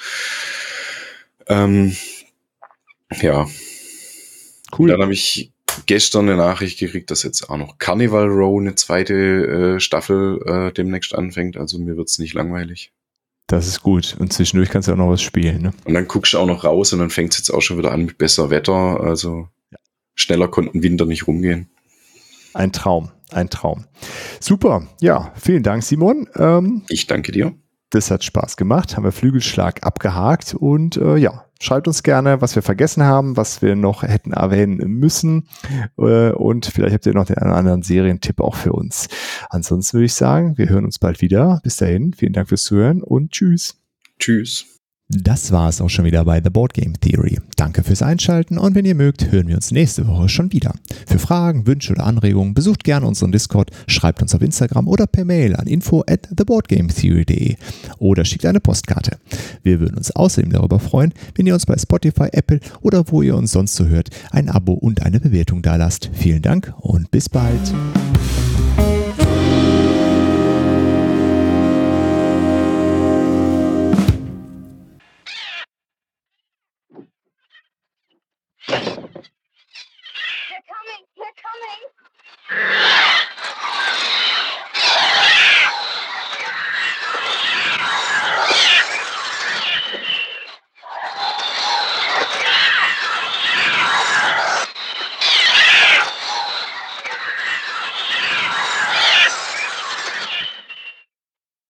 Ja. Cool. Dann habe ich gestern eine Nachricht gekriegt, dass jetzt auch noch Carnival Row eine zweite Staffel demnächst anfängt. Also mir wird's nicht langweilig. Das ist gut. Und zwischendurch kannst du auch noch was spielen. Ne? Und dann guckst du auch noch raus und dann fängt es jetzt auch schon wieder an mit besser Wetter. Also schneller konnten Winter nicht rumgehen. Ein Traum. Super. Ja, vielen Dank, Simon. Ich danke dir. Das hat Spaß gemacht. Haben wir Flügelschlag abgehakt und ja, schreibt uns gerne, was wir vergessen haben, was wir noch hätten erwähnen müssen und vielleicht habt ihr noch den einen oder anderen Serientipp auch für uns. Ansonsten würde ich sagen, wir hören uns bald wieder. Bis dahin, vielen Dank fürs Zuhören und tschüss. Tschüss. Das war es auch schon wieder bei The Board Game Theory. Danke fürs Einschalten und wenn ihr mögt, hören wir uns nächste Woche schon wieder. Für Fragen, Wünsche oder Anregungen besucht gerne unseren Discord, schreibt uns auf Instagram oder per Mail an info@theboardgametheory.de oder schickt eine Postkarte. Wir würden uns außerdem darüber freuen, wenn ihr uns bei Spotify, Apple oder wo ihr uns sonst so hört, ein Abo und eine Bewertung dalasst. Vielen Dank und bis bald.